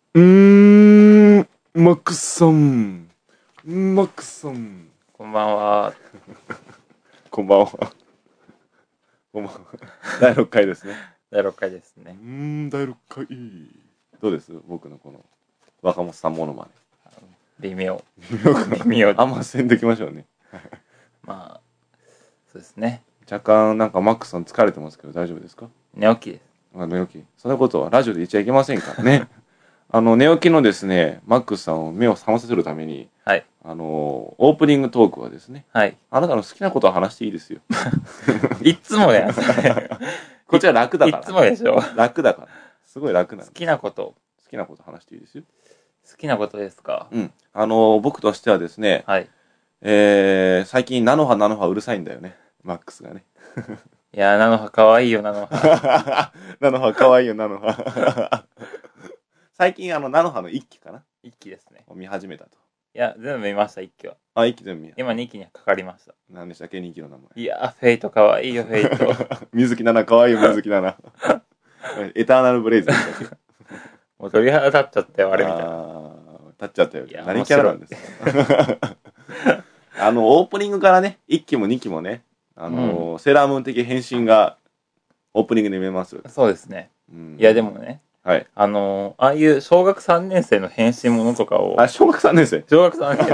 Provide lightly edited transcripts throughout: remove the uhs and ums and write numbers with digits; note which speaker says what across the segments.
Speaker 1: マックスさん。マックスさん。
Speaker 2: こんばんは。
Speaker 1: こんばんは。こんばんは。第6回ですね。
Speaker 2: 第6回ですね。
Speaker 1: 第6回。どうです僕のこの若本さんモノマネ。
Speaker 2: 微妙。
Speaker 1: 微妙。あんませんときましょうね。
Speaker 2: まあ、そうですね。
Speaker 1: 若干なんかマックスさん疲れてますけど大丈夫ですか？
Speaker 2: 寝起きです。
Speaker 1: 寝起き。そんなことはラジオで言っちゃいけませんからね。寝起きのですね、マックスさんを目を覚まさせるために、
Speaker 2: はい。
Speaker 1: オープニングトークはですね、
Speaker 2: はい。
Speaker 1: あなたの好きなことを話していいですよ。
Speaker 2: いっつもやん。
Speaker 1: こっちは楽だから。
Speaker 2: いっつもでしょ。
Speaker 1: 楽だから。すごい楽なの。
Speaker 2: 好きなこと。
Speaker 1: 好きなこと話していいですよ。
Speaker 2: 好きなことですか？
Speaker 1: うん。僕としてはですね、
Speaker 2: はい。
Speaker 1: 最近菜の葉うるさいんだよね。マックスがね。
Speaker 2: いやー、菜の葉かわいいよ、菜の葉。
Speaker 1: 菜の葉かわいいよ、菜の葉。最近菜の葉の一期かな
Speaker 2: 一期ですね。
Speaker 1: を見始めたと。
Speaker 2: いや、全部見ました、一期は。
Speaker 1: あ、一期全部見た。
Speaker 2: 今2期にかかりました。
Speaker 1: 何でしたっけ、2期の名前。
Speaker 2: いやー、フェイトかわいいよ、フェイト。
Speaker 1: 水木奈々かわいいよ、水木奈々。エターナルブレイズでしたっけ？
Speaker 2: もう鳥肌立っちゃったよ、あれみたいな。
Speaker 1: 立っちゃったよ。
Speaker 2: いや
Speaker 1: 何キャラなんですか？オープニングからね、1期も2期もね、セーラームーン的変身がオープニングで見えますよ。
Speaker 2: そうですね。いや、でもね、
Speaker 1: はい。
Speaker 2: ああいう小学3年生の変身ものとかを。
Speaker 1: 小学3年生
Speaker 2: 小学3年生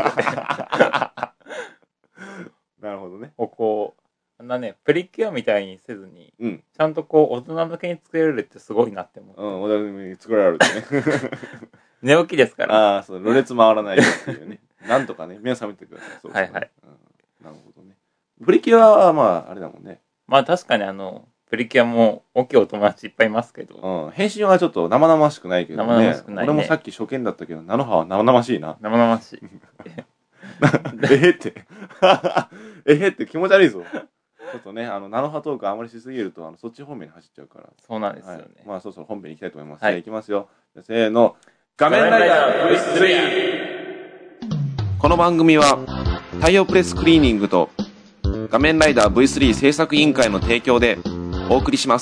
Speaker 1: なるほどね。
Speaker 2: をこう、プリキュアみたいにせずに、
Speaker 1: ち
Speaker 2: ゃんとこう、大人向けに作れるってすごいなって思って。
Speaker 1: 大人向けに作られるってね。
Speaker 2: 寝起きですから。
Speaker 1: そう、ろれつ回らないよっていうね。なんとかね、目を覚めてください。そう
Speaker 2: はいはい。
Speaker 1: なるほどね。プリキュアはまあ、あれだもんね。
Speaker 2: まあ確かにプリキュアも大きいお友達いっぱいいますけど。
Speaker 1: 変身はちょっと生々しくないけどね。
Speaker 2: 生々しくないね。
Speaker 1: 俺もさっき初見だったけど、菜の葉は生々しいな。
Speaker 2: 生々しい。
Speaker 1: って気持ち悪いぞ。ちょっとね、菜の葉トークあまりしすぎると、そっち方面に走っちゃうから。
Speaker 2: そうなんですよね。
Speaker 1: まあ、そろそろ本編に行きたいと思います。
Speaker 2: はい。
Speaker 1: じゃあ行きますよ。せーの。画面ライダー V3! この番組は、太陽プレスクリーニングと、画面ライダー V3 制作委員会の提供でお送りします。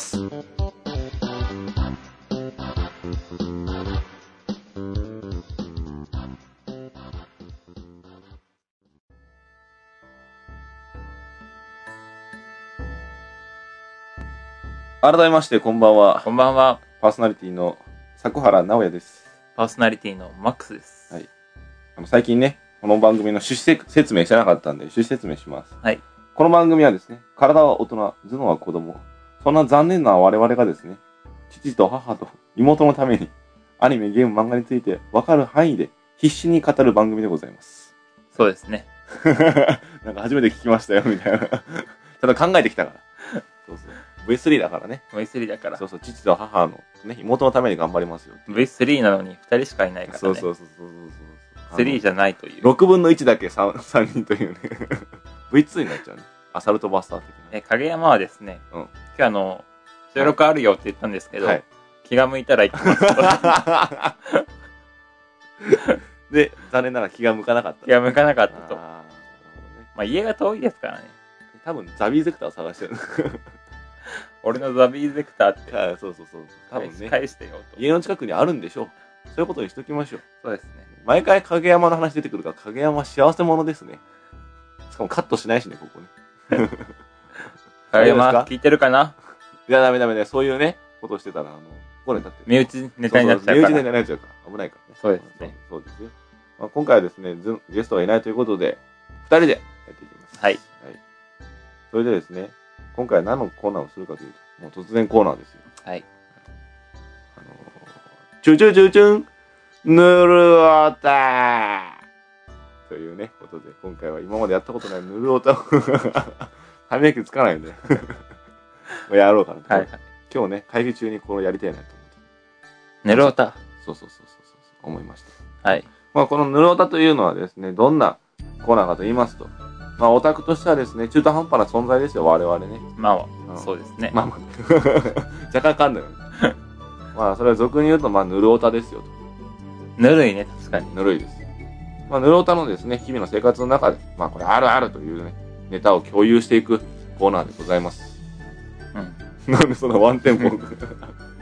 Speaker 1: 改めましてこんばんは。
Speaker 2: こんばんは。
Speaker 1: パーソナリティの迫原直也です。
Speaker 2: パーソナリティのマックスです。
Speaker 1: はい。最近ね、この番組の趣旨説明してなかったんで、趣旨説明します。
Speaker 2: はい。
Speaker 1: この番組はですね、体は大人、頭脳は子供。そんな残念な我々がですね、父と母と妹のために、アニメ、ゲーム、漫画について分かる範囲で必死に語る番組でございます。
Speaker 2: そうですね。
Speaker 1: なんか初めて聞きましたよ、みたいな。ただ考えてきたから。そうそう。V3 だからね。
Speaker 2: V3 だから。
Speaker 1: そうそう、父と母の、ね、妹のために頑張りますよ。
Speaker 2: V3 なのに2人しかいないからね。
Speaker 1: そう。
Speaker 2: 3じゃないという。
Speaker 1: 6分の1だけ 3人というね。V2 になっちゃうね。アサルトバスター的な。
Speaker 2: 影山はですね、今日収録あるよって言ったんですけど、気が向いたら行きます。
Speaker 1: で、残念ながら気が向かなかった。
Speaker 2: 気が向かなかったと。まあ家が遠いですからね。
Speaker 1: 多分ザビーゼクターを探してる。
Speaker 2: 俺のザビーゼクターって。
Speaker 1: そう。多分ね。
Speaker 2: 返してよと。
Speaker 1: 家の近くにあるんでしょう。そういうことにしときましょう。
Speaker 2: そうですね。
Speaker 1: 毎回影山の話出てくるから、影山幸せ者ですね。しかもカットしないしね、ここね。
Speaker 2: 影山、聞いてるかな？
Speaker 1: いや、ダメ。そういうね、ことをしてたら、これだって。
Speaker 2: 身内ネタになっちゃうから。
Speaker 1: 身内ネタになっちゃうから。危ないからね。
Speaker 2: そうですね。
Speaker 1: そうですよ。今回はですね、ゲストがいないということで、2人でやっていきます。
Speaker 2: はい。
Speaker 1: それでですね、今回は何のコーナーをするかというと、もう突然コーナーですよ。
Speaker 2: はい。
Speaker 1: チュチュチュチュン、ぬるおたというね、ことで、今回は今までやったことないぬるおたを、歯磨きつかないんで、やろうかなと。はい。今日ね、会議中にこれやりたいなと思って。
Speaker 2: ぬるおた。
Speaker 1: そう、思いました。
Speaker 2: はい。
Speaker 1: このぬるおたというのはですね、どんなコーナーかと言いますと、オタクとしてはですね、中途半端な存在ですよ、我々ね。
Speaker 2: まあ、そうですね。
Speaker 1: 若干噛んだよね。それは俗に言うと、ぬるおたですよと。
Speaker 2: ぬるいね、確かに。
Speaker 1: ぬるいです。ぬるおたのですね、日々の生活の中で、これあるあるというね、ネタを共有していくコーナーでございます。なんでそんなワンテンポ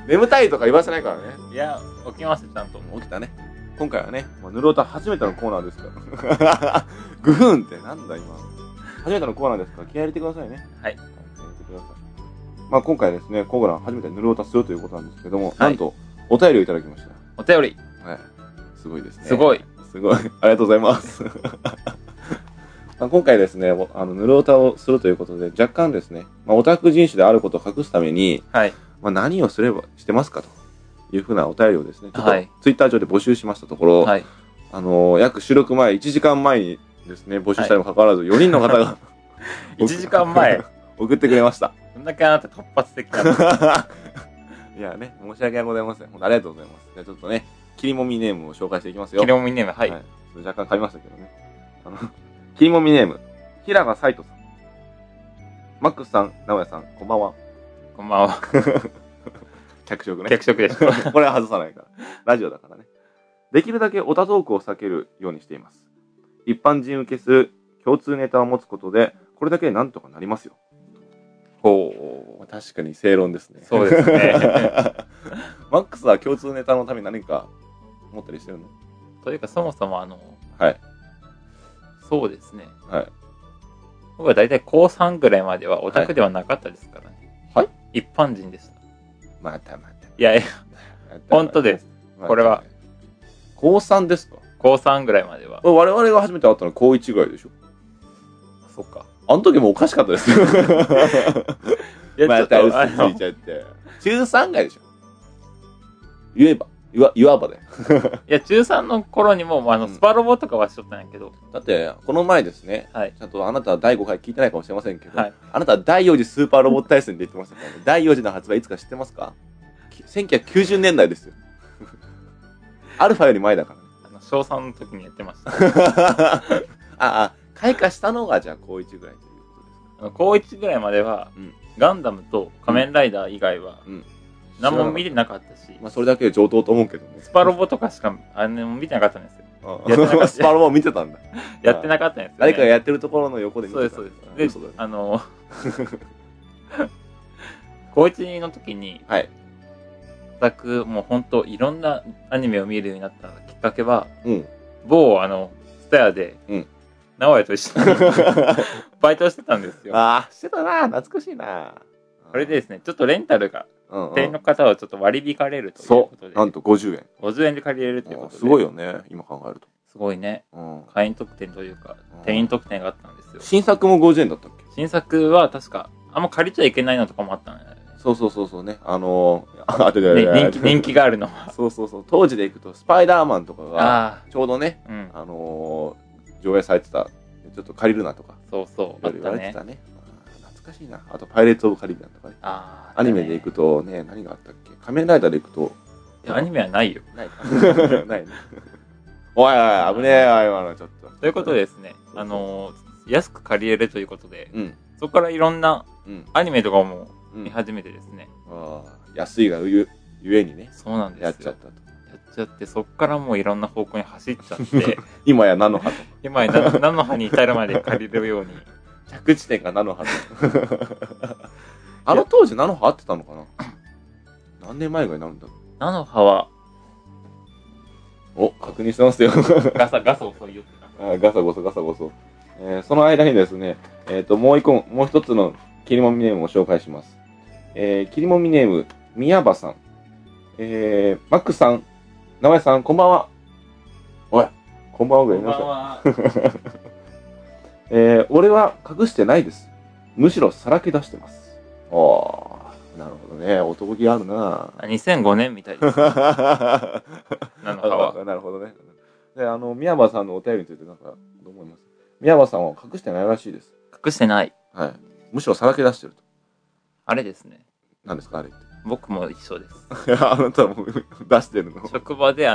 Speaker 1: 眠たいとか言わせないからね。
Speaker 2: いや、起きますちゃんと。
Speaker 1: 起きたね。今回はね、ぬるおた初めてのコーナーですから。グフンってなんだ今。初めてのコーナーですから気合い入れてくださいね。
Speaker 2: はい。
Speaker 1: 気合い入れてください。今回ですね、コーナー初めてぬるおたするということなんですけども、なんと、お便りをいただきました。
Speaker 2: お便り。
Speaker 1: はい。すごいですね。
Speaker 2: すごい。
Speaker 1: すごい。ありがとうございます。今回ですね、ぬるおたをするということで、若干ですね、オタク人種であることを隠すために、
Speaker 2: はい。
Speaker 1: 何をしてますかというふうなお便りをですね、ちょっと
Speaker 2: はい、
Speaker 1: ツイッター上で募集しましたところ、はい、約収録前、1時間前にですね、募集したにもかかわらず、4人の方が
Speaker 2: 1時間前
Speaker 1: 送ってくれました。
Speaker 2: どんだけあなた突発的なんですか。
Speaker 1: いやね、申し訳ございません。本当ありがとうございます。じゃあちょっとね、切りもみネームを紹介していきますよ。
Speaker 2: 切りもみネーム、はい。
Speaker 1: 若干変わりましたけどね。切りもみネーム、平賀サイトさん。マックスさん、直哉さん、こんばんは。
Speaker 2: こんばんは。
Speaker 1: 脚色ね。
Speaker 2: 脚色です。
Speaker 1: これは外さないから。ラジオだからね。できるだけオタトークを避けるようにしています。一般人受けする共通ネタを持つことで、これだけでなんとかなりますよ。
Speaker 2: ほう。
Speaker 1: 確かに正論ですね。
Speaker 2: そうですね。
Speaker 1: マックスは共通ネタのために何か思ったりしてるの？
Speaker 2: というか、そもそも
Speaker 1: はい。
Speaker 2: そうですね。
Speaker 1: はい。
Speaker 2: 僕はだいたい高3ぐらいまではオタクではなかったですからね。
Speaker 1: はい？
Speaker 2: 一般人でした。
Speaker 1: また。い
Speaker 2: やいや、本当です。これは。
Speaker 1: 高3ですか？
Speaker 2: 高3ぐらいまでは。
Speaker 1: 我々が初めて会ったのは高1ぐらいでしょ？
Speaker 2: そっか。
Speaker 1: あの時もおかしかったですよ。また嘘ついちゃって。中3ぐらいでしょ？いわばだよ。
Speaker 2: いや、中3の頃にも、スパロボとかはしとったんやけど。
Speaker 1: だって、この前ですね、
Speaker 2: はい、
Speaker 1: ちゃんとあなたは第5回聞いてないかもしれませんけど、
Speaker 2: はい、
Speaker 1: あなたは第4次スーパーロボット対戦で言ってましたからね。第4次の発売いつか知ってますか？ 1990 年代ですよ。アルファより前だからね。
Speaker 2: 小3の時にやってました。
Speaker 1: 開花したのがじゃあ高1ぐらいということですか？
Speaker 2: 高1ぐらいまでは、ガンダムと仮面ライダー以外は、何も見てなかったし。
Speaker 1: それだけで上等と思うけどね。
Speaker 2: スパロボとかしか見てなかったんですよ。やってなかった。
Speaker 1: スパロボ見てたんだ。
Speaker 2: やってなかったんですよ。
Speaker 1: 誰かがやってるところの横で見てた。
Speaker 2: そうです。で、高1の時に、
Speaker 1: はい。
Speaker 2: 全くもう本当いろんなアニメを見るようになったきっかけは、某スタヤで、直哉と一緒にバイトしてたんですよ。
Speaker 1: してたな。懐かしいな。
Speaker 2: これでですね、ちょっとレンタルが、店員の方はちょっと割り引かれるということで。
Speaker 1: なんと50円。
Speaker 2: 50円で借りれるということで。
Speaker 1: すごいよね、今考えると。
Speaker 2: すごいね。会員特典というか、店員特典があったんですよ。
Speaker 1: 新作も50円だったっけ？
Speaker 2: 新作は確か、あんま借りちゃいけないのとかもあったんだよね。
Speaker 1: そうね。
Speaker 2: 人気があるのは。
Speaker 1: そう。当時でいくと、スパイダーマンとかが、ちょうどね、上映されてた。ちょっと借りるなとか。
Speaker 2: そう。
Speaker 1: あったね。懐かしいな。あと、パイレーツ・オブ・カリビアンとかね。アニメでいくとね、何があったっけ？仮面ライダーでいくと。
Speaker 2: アニメはないよ。
Speaker 1: ないね。おい、危ねえよ、今のちょっと。
Speaker 2: ということでですね、安く借りれるということで、そこからいろんなアニメとかも見始めてですね。
Speaker 1: 安いがゆえにね。
Speaker 2: そうなんですよ。
Speaker 1: やっちゃったと。
Speaker 2: やっちゃって、そこからもういろんな方向に走っちゃって。
Speaker 1: 今や菜の葉と。
Speaker 2: 今や菜の葉に至るまで借りれるように。
Speaker 1: 着地点が菜の葉と。当時菜の葉合ってたのかな？何年前ぐらいになるんだろう？
Speaker 2: 菜の葉は、
Speaker 1: 確認してますよ。
Speaker 2: ガサ遅いよって
Speaker 1: ガサゴソ。その間にですね、もう一つの切りもみネームを紹介します。切りもみネーム、宮場さん。マックさん、名前さん、こんばんは。おい、こんばんはぐらい言いました。俺は隠してないです。むしろさらけ出してます。なるほどね。男気あるな。
Speaker 2: 2005年みたいです。な
Speaker 1: るほどね。で、宮場さんのお便りについてどう思います？宮場さんは隠してないらしいです。
Speaker 2: 隠してない。
Speaker 1: はい。むしろさらけ出してると。
Speaker 2: あれですね。
Speaker 1: 何ですかあれって。
Speaker 2: 僕も一緒です。
Speaker 1: あなたも出してるの？
Speaker 2: 職場で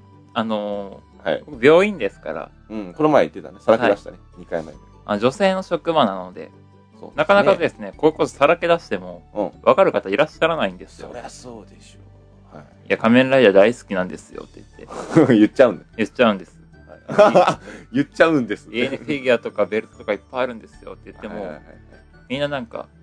Speaker 2: 病院ですから。
Speaker 1: この前言ってたね。さらけ出したね。2回前で。
Speaker 2: 女性の職場なので。なかなかですね、こういうことさらけ出しても、わかる方いらっしゃらないんですよ。
Speaker 1: そりゃそうでしょう。
Speaker 2: いや、仮面ライダー大好きなんですよって言って。
Speaker 1: 言っちゃうん
Speaker 2: です。
Speaker 1: 言っちゃうんです。
Speaker 2: 家にフィギュアとかベルトとかいっぱいあるんですよって言っても、みんななんか、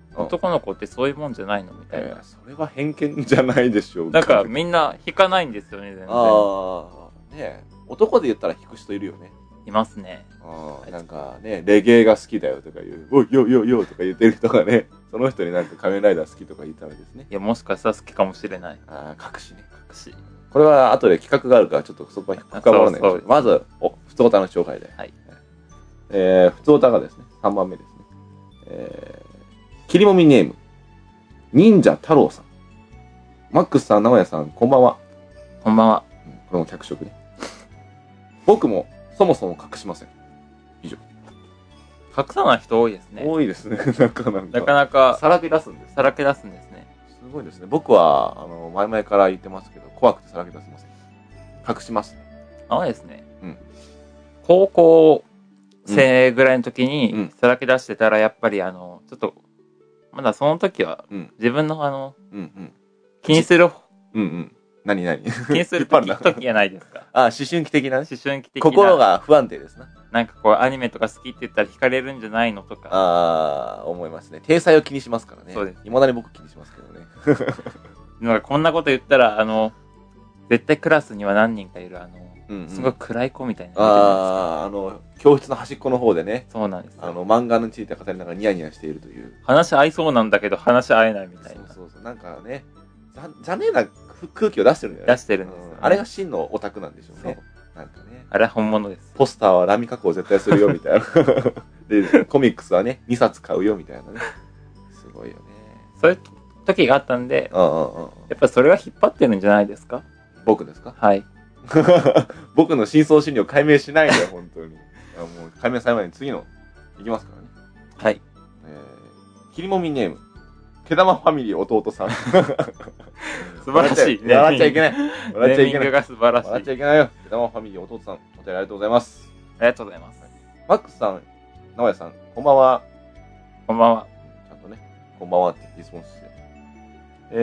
Speaker 2: 男の子ってそういうもんじゃないのみたいな。
Speaker 1: それは偏見じゃないでしょう
Speaker 2: か。だからみんな引かないんですよね、全然。
Speaker 1: ね男で言ったら引く人いるよね。
Speaker 2: いますね。
Speaker 1: なんかね、レゲエが好きだよとか言う、おいよよよとか言ってる人がね、その人になんか仮面ライダー好きとか言ったらですね。
Speaker 2: いや、もしかしたら好きかもしれない。
Speaker 1: 隠しね。
Speaker 2: 隠し。
Speaker 1: これは後で企画があるから、ちょっとそこは深まらないです。まず、ふつおたの紹介で。
Speaker 2: はい。
Speaker 1: ふつおたがですね、3番目ですね。切りもみネーム、忍者太郎さん。マックスさん、直哉さん、こんばんは。
Speaker 2: こんばんは。
Speaker 1: これも脚色ね。僕もそもそも隠しません。以上。
Speaker 2: 隠さない人多いですね。
Speaker 1: 多いですね。
Speaker 2: なかなか。
Speaker 1: さらけ出すんです。
Speaker 2: さらけ出すんですね。
Speaker 1: すごいですね。僕は、前々から言ってますけど、怖くてさらけ出せません。隠しますね。
Speaker 2: ですね。高校生ぐらいの時に、さらけ出してたら、やっぱりちょっと、まだその時は、自分の気にする、
Speaker 1: 何
Speaker 2: 気にする時じゃないですか。
Speaker 1: 思春期的なね。
Speaker 2: 思春期的な。
Speaker 1: 心が不安定ですな。
Speaker 2: なんかこう、アニメとか好きって言ったら惹かれるんじゃないのとか。
Speaker 1: 思いますね。体裁を気にしますからね。
Speaker 2: そうです。
Speaker 1: 未だに僕気にしますけどね。
Speaker 2: なんかこんなこと言ったら、絶対クラスには何人かいる、すごい暗い子みたい
Speaker 1: な。教室の端っこの方でね。
Speaker 2: そうなんですよ。
Speaker 1: 漫画について語りながらニヤニヤしているという。
Speaker 2: 話合いそうなんだけど、話し合えないみたいな。
Speaker 1: そう。なんかね、残念な空気を出してるんだよね。
Speaker 2: 出してるんですよ。
Speaker 1: あれが真のオタクなんでしょうね。なんかね。
Speaker 2: あれは本物です。
Speaker 1: ポスターはラミ加工絶対するよみたいな。で、コミックスはね、2冊買うよみたいなね。すごいよね。
Speaker 2: そういう時があったんで、やっぱそれが引っ張ってるんじゃないですか？
Speaker 1: 僕ですか？
Speaker 2: はい。
Speaker 1: 僕の深層心理を解明しないで、本当に。もう解明される前に次の、いきますからね。
Speaker 2: はい。
Speaker 1: 切りもみネーム、毛玉ファミリー弟さん。
Speaker 2: 素晴らしい。
Speaker 1: 笑っちゃいけない。
Speaker 2: 笑っちゃいけない。ネーミングが素晴らしい。
Speaker 1: 笑っちゃいけないよ。毛玉ファミリー弟さん、お便りありがとうございます。
Speaker 2: ありがとうございます。
Speaker 1: マックスさん、直哉さん、こんばんは。
Speaker 2: こんばんは。
Speaker 1: ちゃんとね、こんばんはってリスポンスして。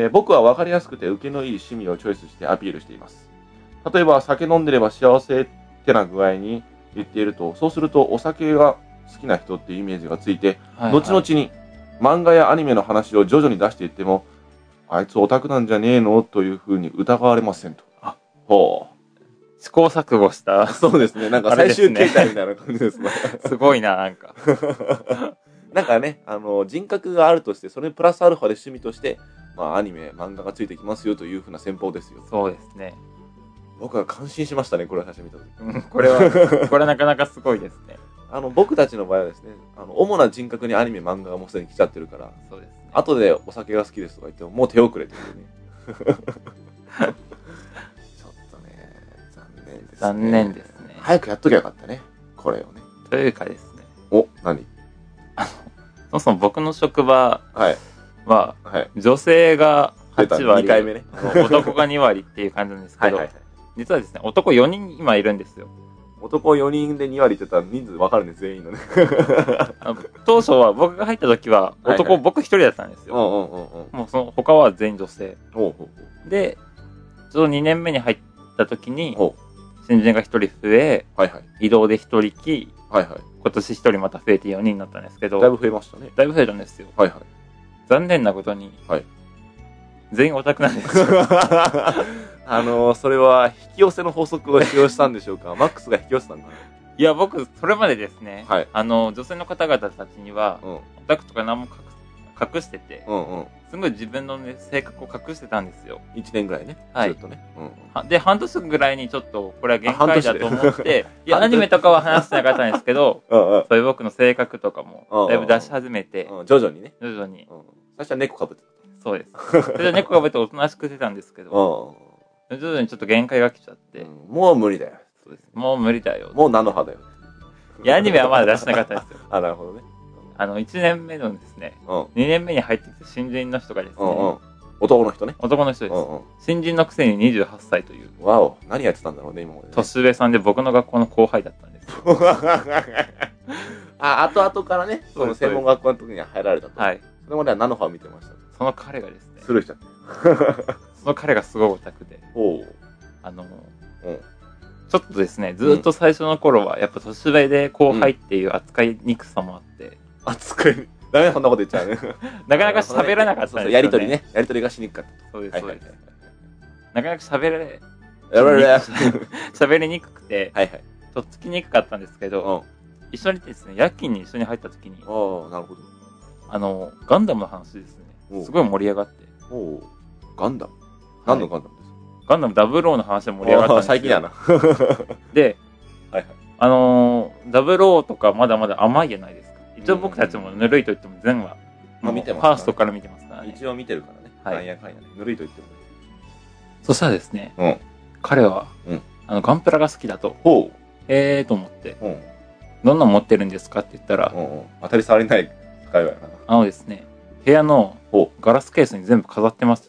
Speaker 1: 僕は分かりやすくて受けのいい趣味をチョイスしてアピールしています。例えば、酒飲んでれば幸せってな具合に言っていると、そうするとお酒が好きな人っていうイメージがついて、後々に漫画やアニメの話を徐々に出していっても、あいつオタクなんじゃねえのというふうに疑われませんと。ほ
Speaker 2: う。試行錯誤した。
Speaker 1: そうですね。なんか最終形態みたいな感じですね。
Speaker 2: すごいな、なんか。
Speaker 1: なんかね、人格があるとして、それにプラスアルファで趣味として、アニメ、漫画がついてきますよというふうな戦法ですよ。
Speaker 2: そうですね。
Speaker 1: 僕は感心しましたね、これを最初見た時。
Speaker 2: これはなかなかすごいですね。
Speaker 1: 僕たちの場合はですね、主な人格にアニメ、漫画がもうすでに来ちゃってるから、
Speaker 2: そうですね。
Speaker 1: 後でお酒が好きですとか言っても、もう手遅れっていうね。ちょっとね、残念ですね。
Speaker 2: 残念ですね。
Speaker 1: 早くやっときゃよかったね、これをね。
Speaker 2: というかですね。
Speaker 1: 何？
Speaker 2: そもそも僕の職場は、女性が8割、
Speaker 1: 2回目ね。
Speaker 2: 男が2割っていう感じなんですけど、実はですね、男4人今いるんですよ。
Speaker 1: 男4人で2割って言ったら人数分かるね、全員のね。
Speaker 2: 当初は僕が入った時は僕一人だったんですよ。もうその他は全員女性。で、ちょうど2年目に入った時に、新人が1人増え、移動で1人来、今年1人また増えて4人になったんですけど、
Speaker 1: だいぶ増えましたね。
Speaker 2: だいぶ増えたんですよ。残念なことに、全員オタクなんですよ。
Speaker 1: それは引き寄せの法則を使用したんでしょうか？マックスが引き寄せたんかな？
Speaker 2: いや、僕、それまでですね、女性の方々たちには、オタクとか何も隠してて、すごい自分のね、性格を隠してたんですよ。
Speaker 1: 1年ぐらいね。ずっとね。
Speaker 2: で、半年ぐらいにちょっと、これは限界だと思って、いや、アニメとかは話してなかったんですけど、そういう僕の性格とかも、だいぶ出し始めて、
Speaker 1: 徐々にね。
Speaker 2: 徐々に。
Speaker 1: 最初は猫かぶってた。
Speaker 2: そうです。それで猫かぶっておとなしくしてたんですけど、徐々にちょっと限界が来ちゃって。
Speaker 1: もう無理だよ。
Speaker 2: そうです。もう無理だよ。
Speaker 1: もう菜の葉だよ。
Speaker 2: いや、アニメはまだ出してなかったですよ。
Speaker 1: なるほどね。
Speaker 2: 1年目のですね、2年目に入ってきた新人の人がですね、
Speaker 1: 男の人ね。
Speaker 2: 男の人です。新人のくせに28歳という。
Speaker 1: わお、何やってたんだろうね、今まで。
Speaker 2: 年上さんで僕の学校の後輩だったんですよ。
Speaker 1: 後々からね、その専門学校の時には入られたと。
Speaker 2: はい。
Speaker 1: それまでは菜の葉を見てました。
Speaker 2: その彼がですね、
Speaker 1: スルーしちゃって。
Speaker 2: その彼がすごいオタクで、ちょっとですね、ずっと最初の頃は、やっぱ年上で後輩っていう扱いにくさもあって。
Speaker 1: ダメ、そんなこと言っちゃうね。
Speaker 2: なかなか喋らなかったんですよね。
Speaker 1: やりとりね。やりとりがしにくかった。
Speaker 2: そうです、そうです。なかなか喋りにくくて、
Speaker 1: はいはい。
Speaker 2: とっつきにくかったんですけど、一緒にですね、夜勤に一緒に入った時に、
Speaker 1: なるほ
Speaker 2: ど。ガンダムの話ですね。すごい盛り上がって。
Speaker 1: ガンダム何のガンダムですか？
Speaker 2: ガンダム00の話で盛り上がったんですよ。
Speaker 1: 最近やな。
Speaker 2: で、00とかまだまだ甘いじゃないですか。一応僕たちもぬるいと言っても全話。
Speaker 1: 見てます。
Speaker 2: ファーストから見てますからね。
Speaker 1: 一応見てるからね。
Speaker 2: はい。
Speaker 1: なんやかんやね。ぬるいと言っても。
Speaker 2: そしたらですね、彼は、ガンプラが好きだと。と思って、どんなの持ってるんですかって言ったら、
Speaker 1: 当たり障りない会話やな。
Speaker 2: ですね、部屋のガラスケースに全部飾ってます。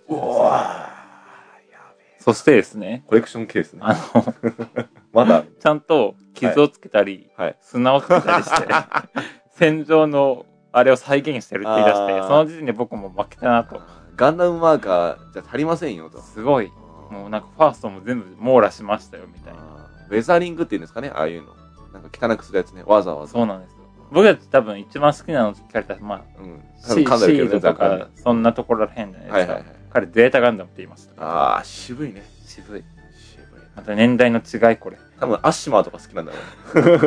Speaker 2: そしてですね、
Speaker 1: コレクションケースね。まだ
Speaker 2: ちゃんと傷をつけたり、砂をつけたりして、戦場のあれを再現してるって言い出して、その時点で僕も負けたなと。
Speaker 1: ガンダムマーカーじゃ足りませんよと。
Speaker 2: すごい。もうなんかファーストも全部網羅しましたよみたいな。
Speaker 1: ウェザリングって言うんですかね、ああいうの。なんか汚くするやつね、わざわざ。
Speaker 2: そうなんですよ。僕たち多分一番好きなのって聞かれたら、まあ、シードとか、そんなところらへんじゃないですか。彼、ゼータガンダムって言いました。
Speaker 1: 渋いね。
Speaker 2: 渋い。また年代の違い、これ。
Speaker 1: 多分、アッシマーとか好きなんだろ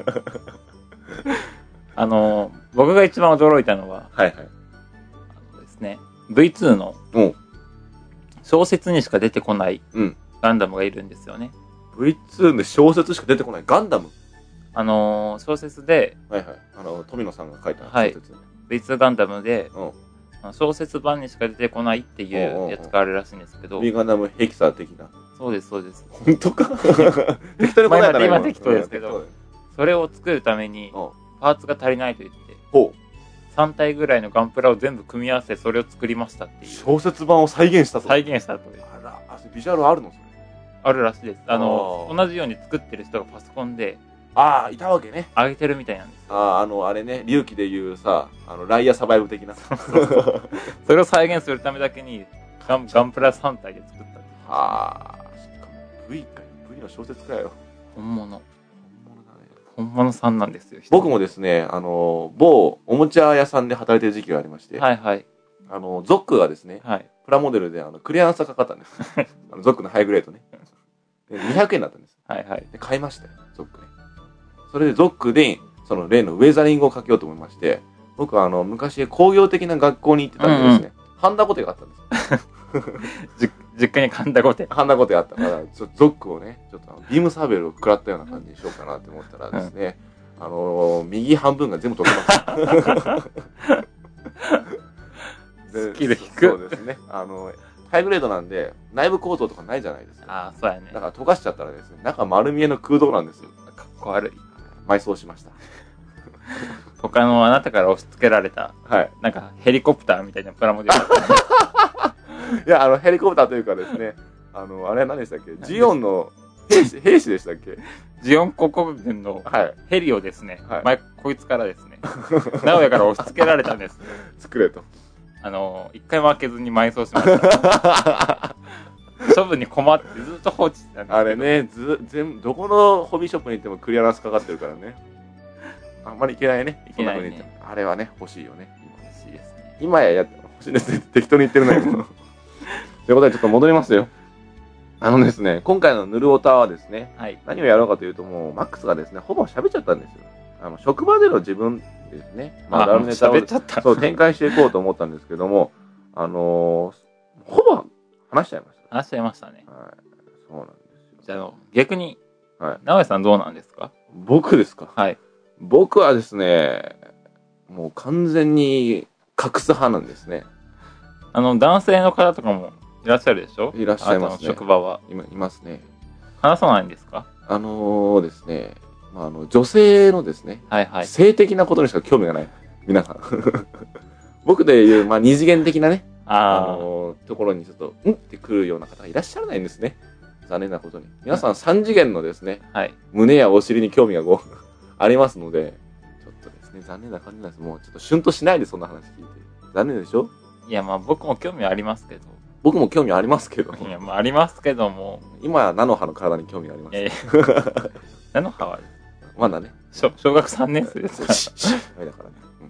Speaker 2: うね。僕が一番驚いたのは、ですね、V2 の小説にしか出てこないガンダムがいるんですよね。
Speaker 1: V2 で小説しか出てこないガンダム？
Speaker 2: 小説で、
Speaker 1: 富野さんが書いた小説。
Speaker 2: V2 ガンダムで、小説版にしか出てこないっていうやつがあるらしいんですけど。
Speaker 1: V ガンダムヘキサー的な。
Speaker 2: そうです、そうです。
Speaker 1: 本当か？適当に答えたら
Speaker 2: 今適当ですけど、それを作るために、パーツが足りないと言って、3体ぐらいのガンプラを全部組み合わせてそれを作りましたっていう。
Speaker 1: 小説版を再現したと。
Speaker 2: 再現したと。
Speaker 1: ビジュアルあるの？
Speaker 2: あるらしいです。同じように作ってる人がパソコンで、
Speaker 1: いたわけね。
Speaker 2: 上げてるみたいなんです。
Speaker 1: あれね、龍騎でいうさ、ライアーサバイブ的な。
Speaker 2: それを再現するためだけに、ガンプラ3体で作った。
Speaker 1: しかも V かよ。V の小説かよ。
Speaker 2: 本物だね。本物さんなんですよ。
Speaker 1: 僕もですね、某おもちゃ屋さんで働いてる時期がありまして、ゾックがですね、プラモデルでクリアランスがかかったんです。ゾックのハイグレードね。200円だったんです。で買いましたよ、ゾックね。それでゾックで、その例のウェザリングをかけようと思いまして、僕は昔工業的な学校に行ってたんでですね、ハンダゴテがあったんですよ。
Speaker 2: 実家にハンダゴテ
Speaker 1: があったから、ゾックをね、ちょっとビームサーベルを食らったような感じにしようかなって思ったらですね、右半分が全部溶けました。
Speaker 2: スキル低く。
Speaker 1: そうですね。ハイグレードなんで、内部構造とかないじゃないですか。
Speaker 2: そうやね。
Speaker 1: だから溶かしちゃったらですね、中丸見えの空洞なんですよ。
Speaker 2: かっこ悪い。
Speaker 1: 埋葬しました。
Speaker 2: 他のあなたから押し付けられた、なんかヘリコプターみたいなプラモデル。
Speaker 1: いや、ヘリコプターというかですね、あれ何でしたっけ？ジオンの兵士でしたっけ？
Speaker 2: ジオン国軍のヘリをですね、前こいつからですね、名古屋から押し付けられたんです。
Speaker 1: 作れと。
Speaker 2: 一回も開けずに埋葬しました。処分に困ってずっと放置してたんですけど。
Speaker 1: あれね、どこのホビーショップに行ってもクリアランスかかってるからね。あんまりいけないね。
Speaker 2: いけないね。
Speaker 1: あれはね、欲しいよね。
Speaker 2: 欲しいですね。
Speaker 1: 今や欲しいですね。適当に言ってるのよ。ということでちょっと戻りますよ。ですね、今回のヌルオタはですね、何をやろうかというともう、マックスがですね、ほぼ喋っちゃったんですよ。職場での自分ですね、ダルネタを展開していこうと思ったんですけども、ほぼ話しちゃいました。
Speaker 2: 話しちゃいましたね。
Speaker 1: そうなんですよ。
Speaker 2: じゃあ、逆に、直江さんどうなんですか？
Speaker 1: 僕ですか？僕はですね、もう完全に隠す派なんですね。
Speaker 2: 男性の方とかもいらっしゃるでしょ？
Speaker 1: いらっしゃいますね。
Speaker 2: 職場は。
Speaker 1: いますね。
Speaker 2: 話さないんですか？
Speaker 1: ですね、女性のですね、性的なことにしか興味がない。皆さん。僕で言う、二次元的なね、ところにちょっと、ってくるような方がいらっしゃらないんですね。残念なことに。皆さん3次元のですね、胸やお尻に興味がありますので、ちょっとですね、残念な感じなんです。もうちょっとシュンとしないでそんな話聞いて。残念でしょ？
Speaker 2: いや、僕も興味ありますけど。
Speaker 1: 僕も興味ありますけど。
Speaker 2: いや、ありますけども。
Speaker 1: 今は菜の葉の体に興味があります。
Speaker 2: 菜の葉は
Speaker 1: まだね。
Speaker 2: 小学3年生ですか？
Speaker 1: だからね。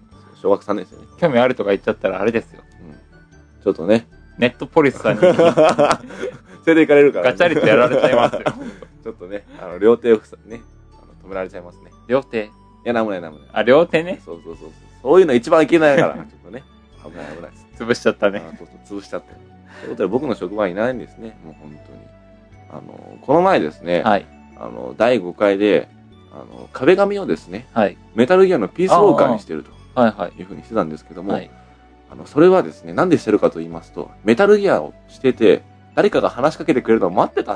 Speaker 1: 小学3年生ね。
Speaker 2: 興味あるとか言っちゃったらあれですよ。
Speaker 1: ちょっとね。
Speaker 2: ネットポリスさんに。
Speaker 1: 連れて行かれるから、
Speaker 2: ガチャリとやられちゃいますよ。
Speaker 1: ちょっとね、両手をね、止められちゃいますね。
Speaker 2: 両手。
Speaker 1: いや、なんもないなんもない。
Speaker 2: あ、両手ね。
Speaker 1: そう。そういうの一番いけないから、ちょっとね。危ない。
Speaker 2: 潰しちゃったね。
Speaker 1: そう、潰しちゃった。ということで、僕の職場にいないんですね。もう本当に。この前ですね、
Speaker 2: はい。
Speaker 1: 第5回で、壁紙をですね、
Speaker 2: はい。
Speaker 1: メタルギアのピースウォーカーにしてると。
Speaker 2: はいはい。
Speaker 1: いうふうにしてたんですけども、
Speaker 2: はい。
Speaker 1: それはですね、なんでしてるかと言いますと、メタルギアをしてて、誰かが話しかけてくれるのを待ってたんです。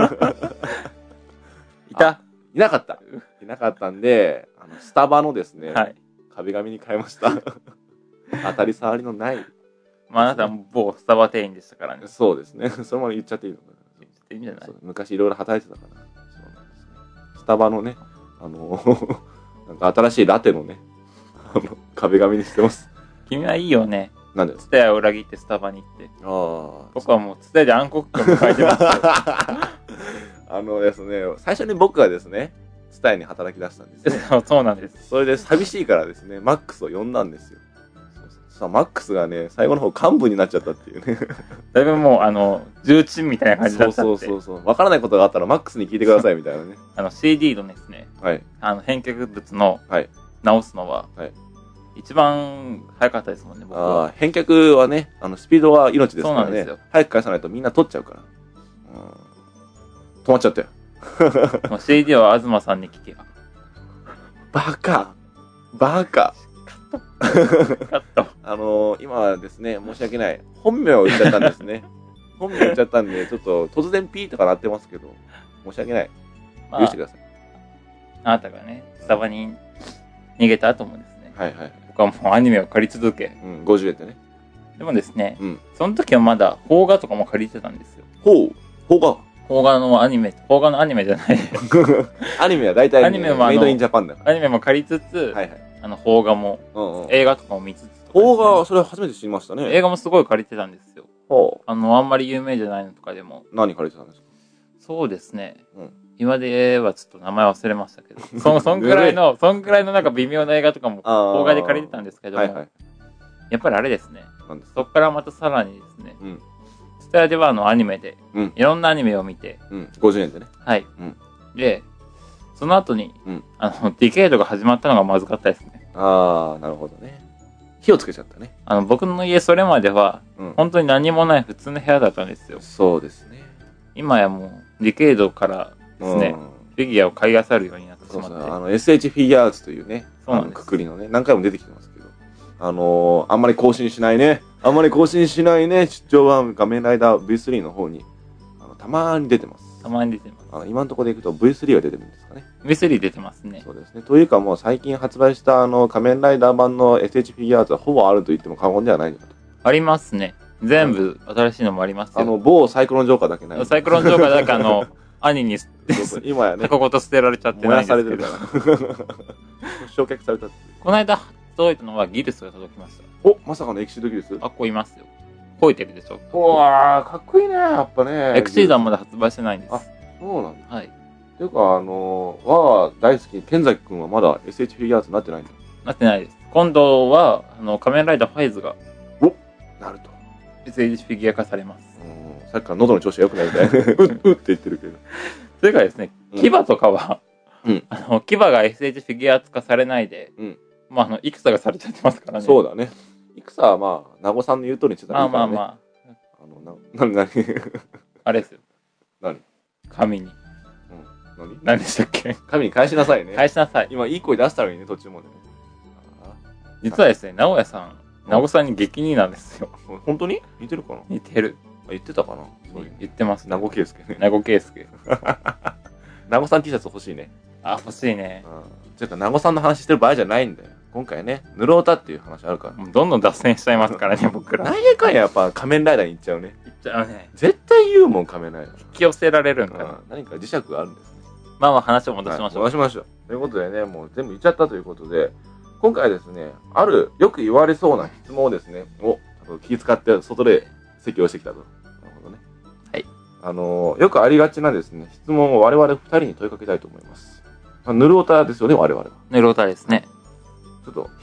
Speaker 1: いなかった。いなかったんで、スタバのですね、はい、壁紙に変えました。当たり障りのない。
Speaker 2: まあ、あなたも某スタバ店員でしたからね。
Speaker 1: そうですね。そのまま言っちゃっていいのかな。
Speaker 2: 言っていいんじゃない？
Speaker 1: 昔いろいろ働いてたから。そうなんですね。スタバのね、なんか新しいラテのね、壁紙にしてます。
Speaker 2: 君はいいよね。
Speaker 1: なんで
Speaker 2: ツタヤを裏切ってスタバに行って。僕はもうツタヤで暗黒期を迎えてますよ。
Speaker 1: ですね、最初に僕がですね、ツタヤに働き出したんですね。
Speaker 2: そうなんです。
Speaker 1: それで寂しいからですね、マックスを呼んだんですよ。さあ、マックスがね、最後の方幹部になっちゃったっていうね。
Speaker 2: だいぶもう、重鎮みたいな感じだったって。
Speaker 1: そう。わからないことがあったらマックスに聞いてくださいみたいなね。
Speaker 2: CD のですね、
Speaker 1: はい。
Speaker 2: 返却物の、
Speaker 1: はい。
Speaker 2: 直すのは、
Speaker 1: はい。
Speaker 2: 一番早かったですもんね、僕は。
Speaker 1: 返却はね、スピードは命ですからね。
Speaker 2: そうなんですよ。
Speaker 1: 早く返さないとみんな取っちゃうから。止まっちゃったよ。
Speaker 2: もう CD は東さんに聞けば。
Speaker 1: バカ。カット。今はですね、申し訳ない。本名を言っちゃったんですね。本名言っちゃったんで、ちょっと突然ピーとか鳴ってますけど、申し訳ない。許してください。
Speaker 2: あなたがね、スタバに逃げた後もですね。
Speaker 1: はい。
Speaker 2: 僕はもうアニメを借り続け。
Speaker 1: 50円でね。
Speaker 2: でもですね、その時はまだ邦画とかも借りてたんですよ。
Speaker 1: 邦画
Speaker 2: 邦画のアニメじゃない。
Speaker 1: アニメは大体、
Speaker 2: アニメも
Speaker 1: メイドインジャパンだから。
Speaker 2: アニメも借りつつ、
Speaker 1: はい。
Speaker 2: 邦画も、映画とかも見つつ、
Speaker 1: 邦画、それ初めて知りましたね。
Speaker 2: 映画もすごい借りてたんですよ。あんまり有名じゃないのとかでも。
Speaker 1: 何借りてたんですか？
Speaker 2: そうですね。今ではちょっと名前忘れましたけど、そんくらいのなんか微妙な映画とかも、邦画で借りてたんですけども、やっぱりあれですね。そっからまたさらにですね、ツタヤではアニメで、いろんなアニメを見て、
Speaker 1: 50円でね。
Speaker 2: はい。で、その後に、ディケイドが始まったのがまずかったですね。
Speaker 1: なるほどね。火をつけちゃったね。
Speaker 2: 僕の家それまでは、本当に何もない普通の部屋だったんですよ。
Speaker 1: そうですね。
Speaker 2: 今やもう、ディケイドからですね、フィギュアを買い漁るようになってしまって。
Speaker 1: SH フィギュアーツというね、くくりのね、何回も出てきてますけど、あんまり更新しないね、出張版画面ライダー V3 の方に、たまに出てます。今のところでいくと V3 は出てるんですかね。
Speaker 2: V3 出てますね。
Speaker 1: そうですね。というかもう最近発売した仮面ライダー版の SH フィギュアーツはほぼあると言っても過言ではないのかと。
Speaker 2: ありますね。全部新しいのもありますよ。
Speaker 1: 某サイクロンジョーカーだけない。
Speaker 2: サイクロンジョーカーだけ兄に
Speaker 1: 今やね。
Speaker 2: 箱ごと捨てられちゃってないんですけど。燃やされてるから。 焼却されたって。この間届いたのはギルスが届きました。
Speaker 1: まさかのエキシードギルス？
Speaker 2: こういますよ。吠えてるでしょ。
Speaker 1: うわー、かっこいいね、やっぱね。
Speaker 2: エクシーダンまだ発売してないんです。
Speaker 1: そうなんだ。
Speaker 2: はい。
Speaker 1: ていうか、我が大好き、剣崎くんはまだ SH フィギュアーツになってないんだ。
Speaker 2: なってないです。今度は、仮面ライダーファイズが。
Speaker 1: なると。
Speaker 2: SH フィギュア化されます。
Speaker 1: さっきから喉の調子が良くないみたいな。って言ってるけど。
Speaker 2: それからですね、牙とかは、牙が SH フィギュアーツ化されないで、戦がされちゃってますからね。
Speaker 1: そうだね。戦はまあ、名護さんの言う通りにしてたらいいからね。何
Speaker 2: あれですよ。
Speaker 1: 何？
Speaker 2: 神に。何でしたっけ？
Speaker 1: 神に返しなさいね。
Speaker 2: 返しなさい。
Speaker 1: 今いい声出したのにね、途中までね。
Speaker 2: 実はですね、名護さんに激似なんですよ。
Speaker 1: 本当に？似てるかな？
Speaker 2: 似てる。
Speaker 1: 言ってたかな？
Speaker 2: 言ってます。
Speaker 1: 名護圭介ね。
Speaker 2: 名護圭介。
Speaker 1: 名護さん T シャツ欲しいね。
Speaker 2: 欲しいね。
Speaker 1: ちょっと名護さんの話してる場合じゃないんだよ。今回ね、ぬろうたっていう話あるから。
Speaker 2: どんどん脱線しちゃいますからね、僕ら。
Speaker 1: なんやかんややっぱ仮面ライダーに行っちゃうね。
Speaker 2: 行っちゃうね。
Speaker 1: 絶対言うもん、仮面ライダー。
Speaker 2: 引き寄せられるんかな。
Speaker 1: 何か磁石があるんですね。
Speaker 2: 話を戻しましょう。
Speaker 1: 戻しましょう。ということでね、もう全部言っちゃったということで、今回はですね、あるよく言われそうな質問をですね、気遣って外で席をしてきたと。なるほどね。
Speaker 2: はい。
Speaker 1: よくありがちなですね、質問を我々二人に問いかけたいと思います。ぬるおたですよね、我々は。
Speaker 2: ぬるおたですね。
Speaker 1: ちょっと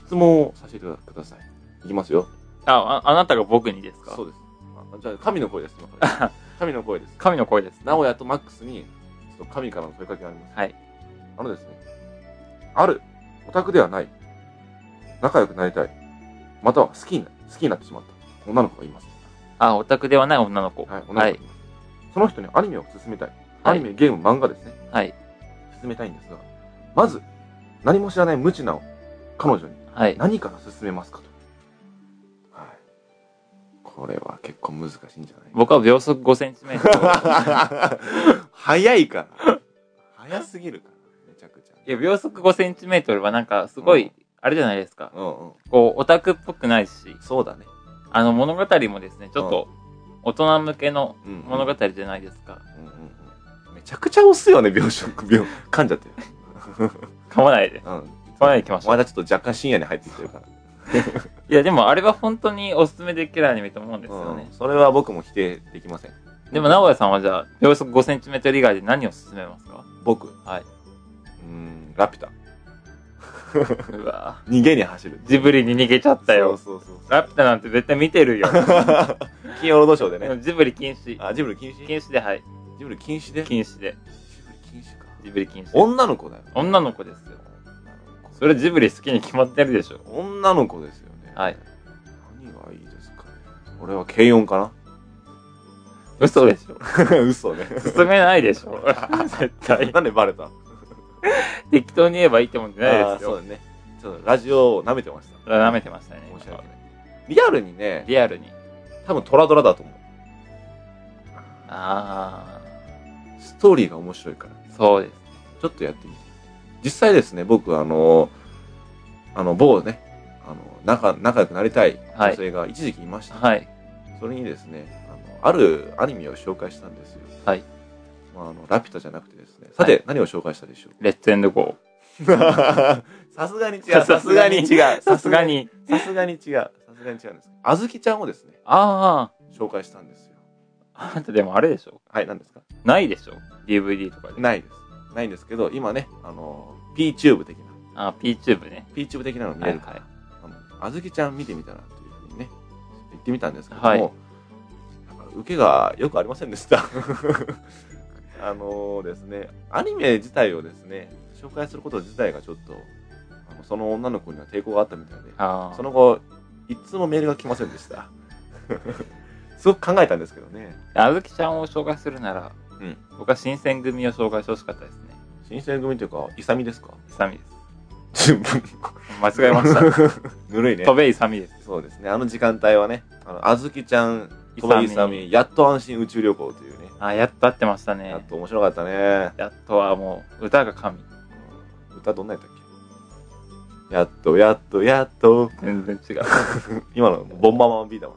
Speaker 1: 質問をさせてください。いきますよ。
Speaker 2: あなたが僕にですか？
Speaker 1: そうです。じゃあ、神の声です。今から神の声です。
Speaker 2: 神の声です。
Speaker 1: 直哉とマックスに、ちょっと神からの問いかけがあります。
Speaker 2: はい。
Speaker 1: ですね、ある、オタクではない、仲良くなりたい、または好きになってしまった女の子がいます。
Speaker 2: オタクではない女の子。
Speaker 1: はい、女の子がいます。その人にアニメを勧めたい。アニメ、ゲーム、漫画ですね。
Speaker 2: はい。
Speaker 1: 勧めたいんですが、まず、何も知らない無知な彼女に、何から勧めますかと。はい。これは結構難しいんじゃない？
Speaker 2: 僕は秒速5センチメートル。
Speaker 1: 早いから。早すぎるから。めちゃくちゃ。
Speaker 2: いや、秒速5センチメートルはなんか、すごい、あれじゃないですか。こう、オタクっぽくないし。
Speaker 1: そうだね。
Speaker 2: 物語もですね、ちょっと、大人向けの物語じゃないですか。
Speaker 1: めちゃくちゃ押すよね、噛んじゃってる。
Speaker 2: 噛まないで。噛まないでいきましょう。
Speaker 1: まだちょっと若干深夜に入ってきてるから。
Speaker 2: いや、でもあれは本当におすすめできるアニメと思うんですよね。
Speaker 1: それは僕も否定できません。
Speaker 2: でも、直哉さんはじゃあ、秒速5センチメートル以外で何を勧めますか？
Speaker 1: 僕。
Speaker 2: はい。
Speaker 1: ラピュタ。
Speaker 2: うわ
Speaker 1: 逃げに走る。
Speaker 2: ジブリに逃げちゃったよ。
Speaker 1: そう。
Speaker 2: ラピュタなんて絶対見てるよ。
Speaker 1: 金曜ロードショーでね。
Speaker 2: ジブリ禁止。
Speaker 1: ジブリ禁止？
Speaker 2: 禁止で、はい。
Speaker 1: ジブリ禁止で？
Speaker 2: 禁止で。ジブリ禁止。
Speaker 1: 女の子だよ。
Speaker 2: 女の子ですよ。それジブリ好きに決まってるでしょ。
Speaker 1: 女の子ですよね。
Speaker 2: はい。
Speaker 1: 何がいいですかね。俺は軽音かな。
Speaker 2: 嘘でしょ。
Speaker 1: 嘘ね。
Speaker 2: 進めないでしょ。絶対。
Speaker 1: なんでバレた？
Speaker 2: 適当に言えばいいってもんじゃないですよ。
Speaker 1: そうだね。ちょっとラジオを舐めてました。
Speaker 2: 舐めてましたね。
Speaker 1: 申し訳ない。リアルにね。多分トラドラだと思う。ストーリーが面白いから。
Speaker 2: そうです。
Speaker 1: ちょっとやってみて。実際ですね、僕某ね、仲良くなりたい女性が一時期いました。
Speaker 2: はい。
Speaker 1: それにですね、あるアニメを紹介したんですよ。
Speaker 2: はい。
Speaker 1: ラピュタじゃなくてですね。さて、何を紹介したでしょう？
Speaker 2: レッツエンドゴ
Speaker 1: ー。さすがに違う。さすがに違う。さすがに違う。さすがに違うんです。あずきちゃんをですね。紹介したんですよ。
Speaker 2: あなたでもあれでしょ？
Speaker 1: はい、何ですか？
Speaker 2: ないでしょ？ DVD とかで。
Speaker 1: ないです。ないんですけど、今ね、P チューブ的な。
Speaker 2: P チューブね。
Speaker 1: P チューブ的なの見えるから、あずきちゃん見てみたらというふうにね、言ってみたんですけども、受けがよくありませんでした。ですね、アニメ自体をですね、紹介すること自体がちょっと、その女の子には抵抗があったみたいで、その後、いつもメールが来ませんでした。すごく考えたんですけどね。
Speaker 2: あずきちゃんを紹介するなら、僕は新選組を紹介してほしかったですね。
Speaker 1: 新選組というか、イサミですか？
Speaker 2: イサミです。間違えました。
Speaker 1: ぬるいね。
Speaker 2: 戸部イサミです。
Speaker 1: そうですね。時間帯はね、あずきちゃん、戸部イサミ、やっと安心宇宙旅行というね。
Speaker 2: やっと会ってましたね。
Speaker 1: やっと面白かったね。
Speaker 2: やっとはもう、歌が神。
Speaker 1: 歌どんなやったっけ？やっと。
Speaker 2: 全然違う。
Speaker 1: 今のボンバーマン B だもん。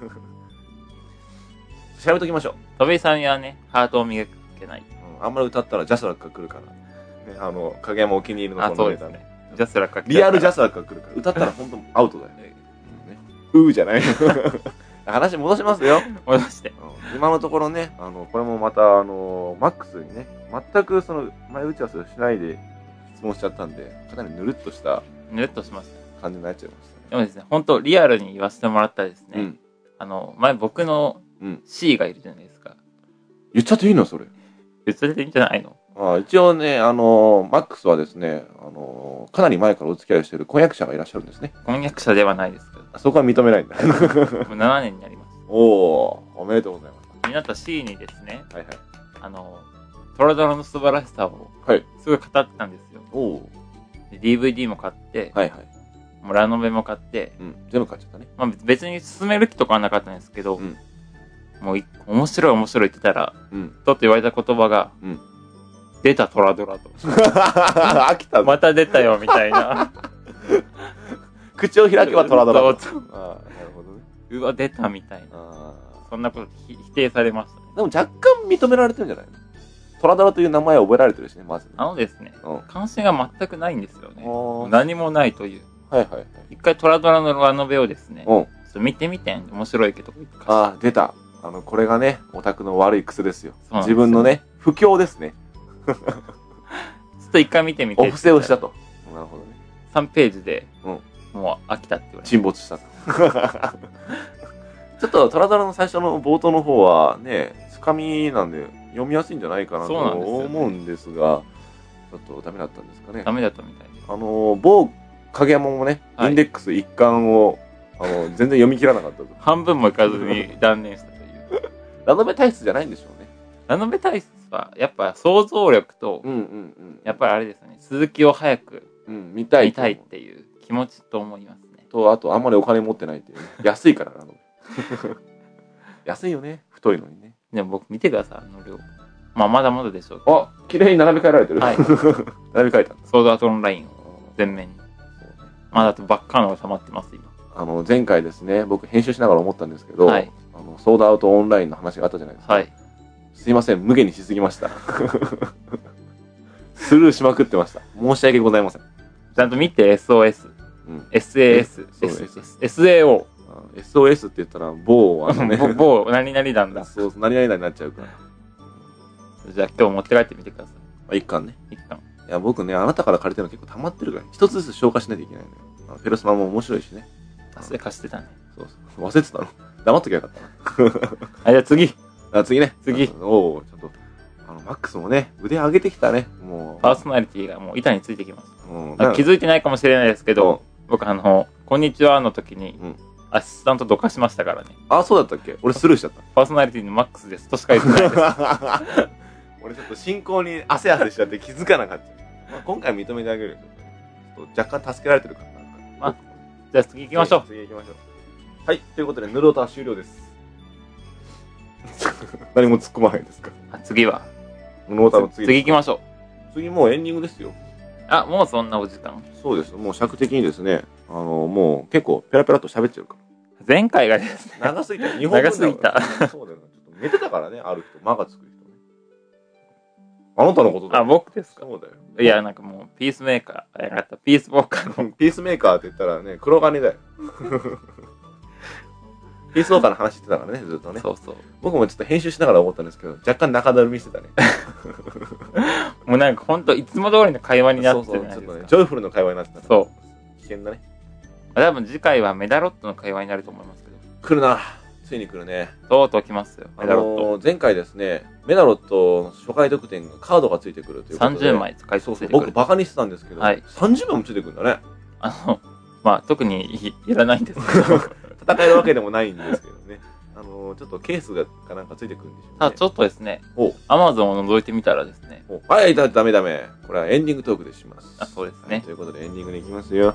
Speaker 1: 調べときましょう。
Speaker 2: 戸部イサミはね、ハートを磨けない。
Speaker 1: あんまり歌ったらジャスラックが来るから。ね、影山お気に入りのこのネタね。
Speaker 2: ジャスラックが
Speaker 1: リアルジャスラックが来るから。歌ったら本当アウトだよね。じゃない。話戻しますよ。
Speaker 2: 戻して。
Speaker 1: 今のところね、これもまた、マックスにね、全くその、前打ち合わせをしないで質問しちゃったんで、かなりぬるっとした
Speaker 2: します。
Speaker 1: 感じになっちゃいましたね。
Speaker 2: でもですね、本当リアルに言わせてもらったらですね、前僕の C がいるじゃないですか。
Speaker 1: 言っちゃっていいのそれ。
Speaker 2: 言っちゃっていいんじゃないの？
Speaker 1: 一応ね、マックスはですね、かなり前からお付き合いしている婚約者がいらっしゃるんですね。
Speaker 2: 婚約者ではないですけど。
Speaker 1: そこは認めないんだ。
Speaker 2: もう7年になります。
Speaker 1: おめでとうございます。
Speaker 2: になった C にですね、トラドラの素晴らしさを、すごい語ってたんですよ。で DVD も買って、もうラノベも買って、
Speaker 1: 全部買っちゃったね。
Speaker 2: 別に進める気とかはなかったんですけど、もう面白いって言ったら、とって言われた言葉が、出たトラドラと。
Speaker 1: 飽きた。
Speaker 2: また出たよ、みたいな。
Speaker 1: 口を開けばトラドラ。なるほどね。
Speaker 2: うわ、出たみたいな。そんなこと否定されましたね。
Speaker 1: でも若干認められてるんじゃないの？トラドラという名前を覚えられてるしね、まず。
Speaker 2: ですね、関心が全くないんですよね。何もないという。一回トラドラのラノベをですね、見てみてん。面白いけど。
Speaker 1: 出た。これがね、オタクの悪い癖ですよ。自分のね、不況ですね。
Speaker 2: ちょっと一回見てみて。
Speaker 1: お布施をしたと。なるほどね。
Speaker 2: 3ページで、ももう飽きたって言われて。
Speaker 1: 沈没した。ちょっとトラドラの最初の冒頭の方はね、つかみなんで読みやすいんじゃないかなと思うんですが、ちょっとダメだったんですかね。
Speaker 2: ダメだったみたいで。
Speaker 1: 某影山もね、インデックス一巻を全然読み切らなかったと。
Speaker 2: 半分もいかずに断念したという。
Speaker 1: ラノベ体質じゃないんでしょうね。
Speaker 2: ラノベ体質は、やっぱ想像力と、やっぱりあれですよね、続きを早く見たいっていう気持ちと思いますね。
Speaker 1: と、あと、あんまりお金持ってないっていうね。安いから、ラノベ。安いよね。太いのにね。
Speaker 2: でも僕見てください、量。まあ、まだまだでしょうけど。
Speaker 1: あ、綺麗に並べ替えられてる。
Speaker 2: はい。
Speaker 1: 並べ替えた。
Speaker 2: ソードアートオンラインを全面に。まだとバッカーのが溜まってます、
Speaker 1: 今。前回ですね、僕編集しながら思ったんですけど、ソードアウトオンラインの話があったじゃないですか。はい。すいません、無限にしすぎました。スルーしまくってました。申し訳ございません。
Speaker 2: ちゃんと見て、SOS。SAS。SAO。
Speaker 1: SOS って言ったら、某、
Speaker 2: 某、何々なんだ。
Speaker 1: そう、何々になっちゃうから。
Speaker 2: じゃあ今日持って帰ってみてください。
Speaker 1: 一巻ね。
Speaker 2: 一巻。
Speaker 1: いや、僕ね、あなたから借りてるの結構溜まってるから、一つずつ消化しないといけないのよ。ペルソナも面白いしね。
Speaker 2: それ貸してたね。
Speaker 1: そうそう。忘れてたの黙っときゃよかったな。
Speaker 2: じゃあ次。
Speaker 1: 次ね。
Speaker 2: 次。
Speaker 1: おお、ちょっと、マックスもね、腕上げてきたね。もう。
Speaker 2: パーソナリティがもう板についてきます。気づいてないかもしれないですけど、僕こんにちはの時に、アシスタントどかしましたからね。
Speaker 1: あ、そうだったっけ？俺スルーしちゃった。
Speaker 2: パーソナリティのマックスですとしか言ってないです。
Speaker 1: 俺ちょっと進行に汗汗しちゃって気づかなかった。今回認めてあげるよ。ちょっと若干助けられてるから。
Speaker 2: じゃあ次行きましょう。
Speaker 1: 次行きましょう。はい、ということで、ヌルオタは終了です。何も突っ込まないですか？
Speaker 2: 次は
Speaker 1: ヌルオタの次。
Speaker 2: 次行きましょう。
Speaker 1: 次もうエンディングですよ。
Speaker 2: あ、もうそんなお時間？
Speaker 1: そうです。もう尺的にですね、もう結構ペラペラと喋っちゃうから。
Speaker 2: 前回がですね。
Speaker 1: 長すぎた。日本
Speaker 2: 長すぎた。
Speaker 1: そうだよな。ちょっと寝てたからね、ある人。間がつく人ね。あなたのことだよ。
Speaker 2: あ、僕ですか？
Speaker 1: そうだよ。
Speaker 2: いや、なんかもう、ピースメーカー、ピースウォーカーの。
Speaker 1: ピースメーカーって言ったらね、黒金だよ。ピースウォーカーの話してたからね、ずっとね。
Speaker 2: そうそう。
Speaker 1: 僕もちょっと編集しながら思ったんですけど、若干中だるみしてたね。
Speaker 2: もうなんかほんと、いつも通りの会話になってるじゃないですか。
Speaker 1: ちょっとね、ジョイフルの会話になってた。
Speaker 2: そう。
Speaker 1: 危険だね。
Speaker 2: 多分次回はメダロットの会話になると思いますけど。
Speaker 1: 来るな。ついに来るね。
Speaker 2: とうとう来ますよ、メダロット。
Speaker 1: 前回ですね、メダロットの初回特典がカードがついてくるということで。
Speaker 2: 30枚使いそうです。
Speaker 1: 僕バカにしてたんですけど、はい、30枚もついてくるんだね。
Speaker 2: まあ特にいらないんですけど。
Speaker 1: 戦えるわけでもないんですけどね。ちょっとケースがなんかついてくるんでしょうね。
Speaker 2: ちょっとですね、アマゾンを覗いてみたらですね。
Speaker 1: はい、ダメ。これはエンディングトークでします。
Speaker 2: あ、そうですね、はい。
Speaker 1: ということでエンディングに行きますよ。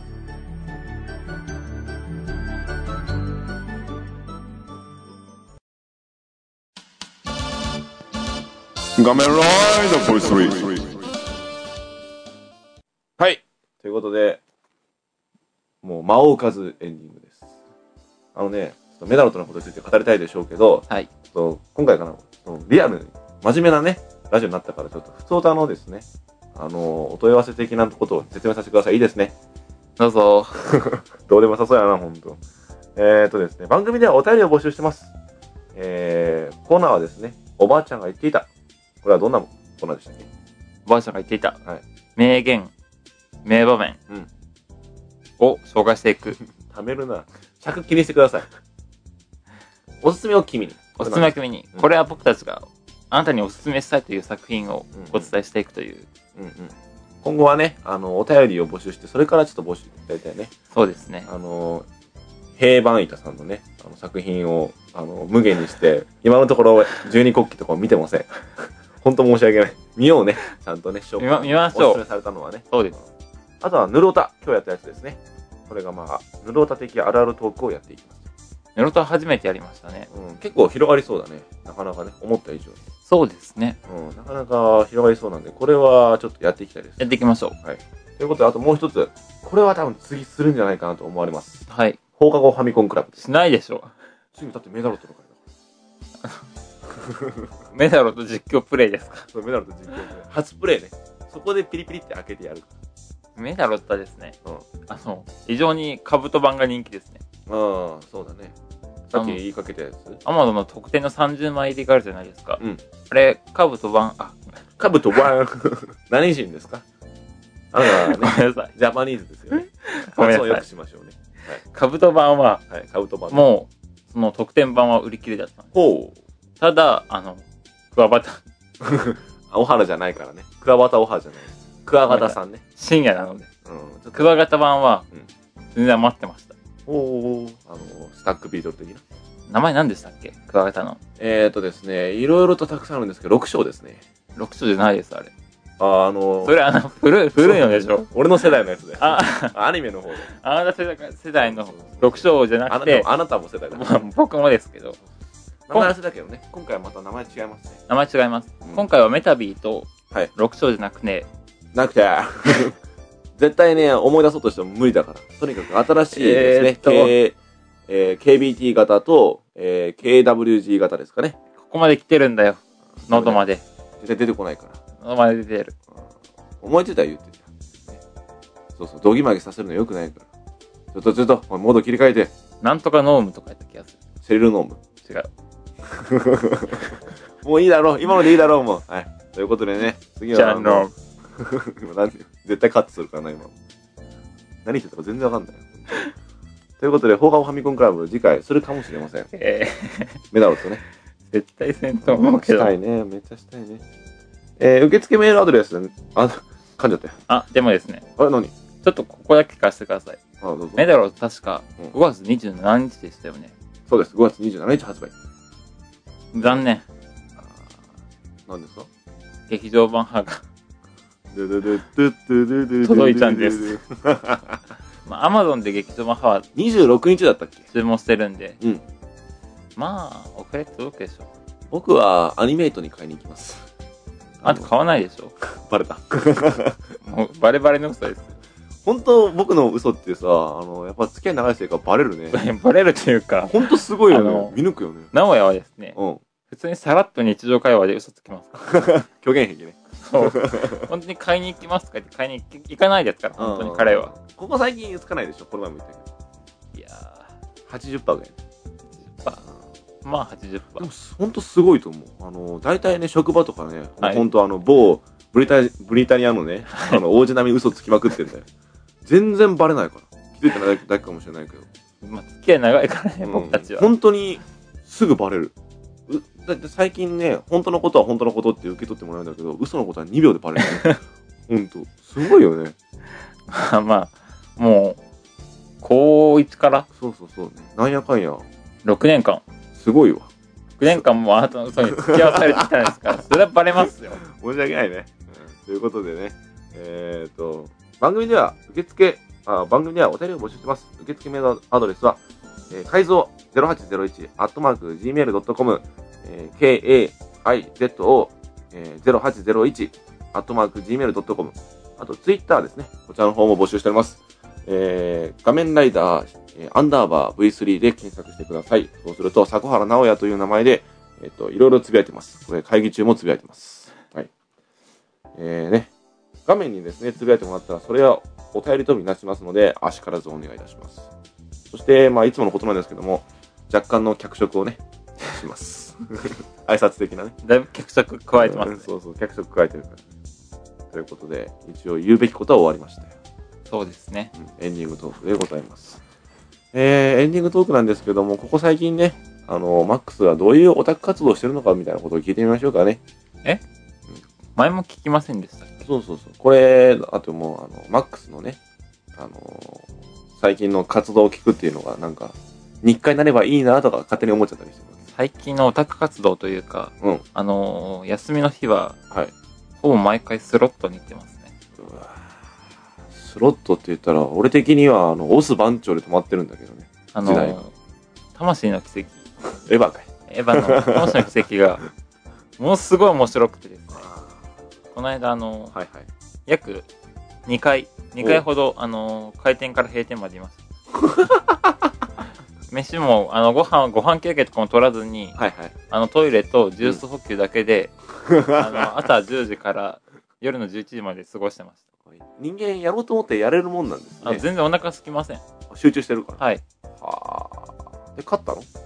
Speaker 1: 画面ライダーボイス3。はい。ということで、もう間を置かずエンディングです。メダロットのことについて語りたいでしょうけど、
Speaker 2: はい。
Speaker 1: 今回からリアルに真面目なね、ラジオになったから、ちょっと普通歌のですね、お問い合わせ的なことを説明させてください。いいですね。
Speaker 2: どうぞ。
Speaker 1: どうでもさそうやな、ほんと。ですね、番組ではお便りを募集してます。コーナーはですね、おばあちゃんが言っていた。これはどんなコーナーでしたっけ？
Speaker 2: おばあちゃんが言っていた。
Speaker 1: はい。
Speaker 2: 名言、名場面、を紹介していく。
Speaker 1: ためるな。尺気にしてください。おすすめを君に。
Speaker 2: おすすめを君に。これは僕たちがあなたにおすすめしたいという作品をお伝えしていくという。
Speaker 1: 今後はね、お便りを募集して、それからちょっと募集やりたいね。
Speaker 2: そうですね。
Speaker 1: 平板板さんのね、作品を、無限にして、今のところ十二国旗とかを見てません。本当申し訳ない。見ようね。ちゃんとね、
Speaker 2: 見ましょう。
Speaker 1: おすすめされたのはね。
Speaker 2: そうです。
Speaker 1: あとは、ヌルオタ。今日やったやつですね。これがまあ、ヌルオタ的あるあるトークをやっていきます。
Speaker 2: ヌルオタ初めてやりましたね。
Speaker 1: 結構広がりそうだね。なかなかね、思った以上に。
Speaker 2: そうですね。
Speaker 1: なかなか広がりそうなんで、これはちょっとやっていきたいです。
Speaker 2: やっていきましょう。
Speaker 1: はい。ということで、あともう一つ。これは多分次するんじゃないかなと思われます。
Speaker 2: はい。
Speaker 1: 放課後ファミコンクラブ。
Speaker 2: しないでしょ。
Speaker 1: 次だってメダロットの回
Speaker 2: だ。メダロット実況プレイですか？
Speaker 1: そう、メダロット実況プレイ。初プレイね。そこでピリピリって開けてやるから。
Speaker 2: メダロットはですね。非常にカブト版が人気ですね。
Speaker 1: そうだね。さっき言いかけたやつ。
Speaker 2: アマゾンの特典の30枚入りがあるじゃないですか。あれ、カブト版、
Speaker 1: カブト版、何人ですか？ごめんなさい。ジャパニーズですよね。
Speaker 2: ごめんなさい。
Speaker 1: 発音よくしましょうね。
Speaker 2: はい。カブト版は、
Speaker 1: はい、カブト版。
Speaker 2: もう、その特典版は売り切れだったんです。
Speaker 1: ほう。
Speaker 2: ただ、クワバタ。
Speaker 1: 小原じゃないからね。クワバタ小原じゃない。クワガタさんね。
Speaker 2: 深夜なので。
Speaker 1: うん。
Speaker 2: クワガタ版は、全然待ってました。
Speaker 1: おお。スタックビートル的な。
Speaker 2: 名前何でしたっけ、クワガタの。
Speaker 1: ですね、いろいろとたくさんあるんですけど、6章ですね。
Speaker 2: 6章じゃないです、あれ。
Speaker 1: そ
Speaker 2: れ古いのでしょ。
Speaker 1: 俺の世代のやつで。アニメの方で。
Speaker 2: あなた世代の6章じゃなくて。
Speaker 1: あなたも世代だ。
Speaker 2: 僕もですけど。
Speaker 1: 名前忘れたけどね。今回はまた名前違いますね。
Speaker 2: 名前違います。今回はメタビーと、6章じゃなくて。
Speaker 1: 絶対ね、思い出そうとしても無理だから。とにかく新しいですね。KBT 型と、KWG 型ですかね。
Speaker 2: ここまで来てるんだよ。喉まで。
Speaker 1: 絶対出てこないから。
Speaker 2: 喉まで出てる。
Speaker 1: 思いついたら言ってた。そうそう、どぎまぎさせるのよくないから。ちょっと、モード切り替えて。
Speaker 2: なんとかノームとかやった気がする。
Speaker 1: セリルノーム。
Speaker 2: 違う。
Speaker 1: もういいだろう。今のでいいだろう、もう。はい。ということでね、次は。
Speaker 2: じゃあノーム。
Speaker 1: 絶対カットするからな、今。何言ってたか全然わかんない。ということで、放課後ファミコンクラブ次回するかもしれません。メダロとね。
Speaker 2: 絶対せんと思うけど。
Speaker 1: したいね。めっちゃしたいね。受付メールアドレス、噛んじゃったよ。
Speaker 2: でもですね。
Speaker 1: 何？
Speaker 2: ちょっとここだけ聞かせてください。
Speaker 1: どうぞ。
Speaker 2: メダロ確か5月27日でしたよね。
Speaker 1: そうです。5月27日発売。
Speaker 2: 残念。
Speaker 1: 何ですか？
Speaker 2: 劇場版派が届いたんです。アマゾンで劇場版派は
Speaker 1: 26日だったっけ？
Speaker 2: 注文してるんで。
Speaker 1: うん。
Speaker 2: まあ、遅れて届くでしょ。
Speaker 1: 僕はアニメイトに買いに行きます。
Speaker 2: あと買わないでしょ。
Speaker 1: バレた。
Speaker 2: もうバレバレの嘘です。
Speaker 1: 本当僕の嘘ってさ、やっぱ付き合い長いせいかバレるね。
Speaker 2: バレるというか。
Speaker 1: 本当すごいよね。見抜くよね。
Speaker 2: 名古屋はですね、普通にさらっと日常会話で嘘つきますから。
Speaker 1: 虚言癖ね。
Speaker 2: そう。本当に買いに行きますとか言って買いに行かないですから、本当に彼は。
Speaker 1: ここ最近つかないでしょ、この前も言ったけど。いやー、80%ぐらい。
Speaker 2: 80%。まあ80%。
Speaker 1: でも本当すごいと思う。大体ね、職場とかね、本当某ブリタニアのね、王子並み嘘つきまくってんだよ。全然バレないから。気づいてないだけかもしれないけど。
Speaker 2: まあ、付き合い長いからね、僕たちは。
Speaker 1: 本当にすぐバレる。だって最近ね、本当のことは本当のことって受け取ってもらうんだけど、嘘のことは2秒でバレる、ね。本当すごいよね。
Speaker 2: まあ、もう、高1から。
Speaker 1: そうね。なんやかんや。
Speaker 2: 6年間。
Speaker 1: すごいわ。
Speaker 2: 6年間もあなたの嘘に付き合わされてきたんですから、それはバレますよ。
Speaker 1: 申し訳ないね。ということでね、番組では番組ではお便りを募集してます。受付メールアドレスは、改造0801@gmail.com、KAIZO0801@gmail.com、あとツイッターですね。こちらの方も募集しております。画面ライダー、_V3 で検索してください。そうすると、迫原直也という名前で、いろいろつぶやいてます。これ会議中もつぶやいてます。はい。画面にですね、つぶやいてもらったら、それはお便りとみなしますので、あしからずお願いいたします。そして、いつものことなんですけども、若干の脚色をね、します。挨拶的なね。
Speaker 2: だいぶ脚色加えてますね。
Speaker 1: そう、脚色加えてるから。ということで、一応言うべきことは終わりましたよ。
Speaker 2: そうですね。
Speaker 1: エンディングトークでございます。エンディングトークなんですけども、ここ最近ね、マックスはどういうオタク活動をしてるのかみたいなことを聞いてみましょうかね。
Speaker 2: 前も聞きませんでしたっけ？
Speaker 1: そう。これ、あともう、マックスのね、最近の活動を聞くっていうのが、なんか、日課になればいいなとか勝手に思っちゃったりしてます。
Speaker 2: 最近のオタク活動というか、休みの日は、ほぼ毎回スロットに行ってますね。
Speaker 1: スロットって言ったら、俺的には、オス番長で止まってるんだけどね。
Speaker 2: 魂の奇跡。
Speaker 1: エヴァかい。
Speaker 2: エヴァの魂の奇跡が、ものすごい面白くてですね。この間、約2回ほど、開店から閉店までいました。飯も、ご飯休憩とかも取らずに、トイレとジュース補給だけで、朝10時から夜の11時まで過ごしてました。
Speaker 1: 人間やろうと思ってやれるもんなんですね。
Speaker 2: 全然お腹空きません。
Speaker 1: 集中してるから。
Speaker 2: はい。
Speaker 1: はあ。で、勝ったの？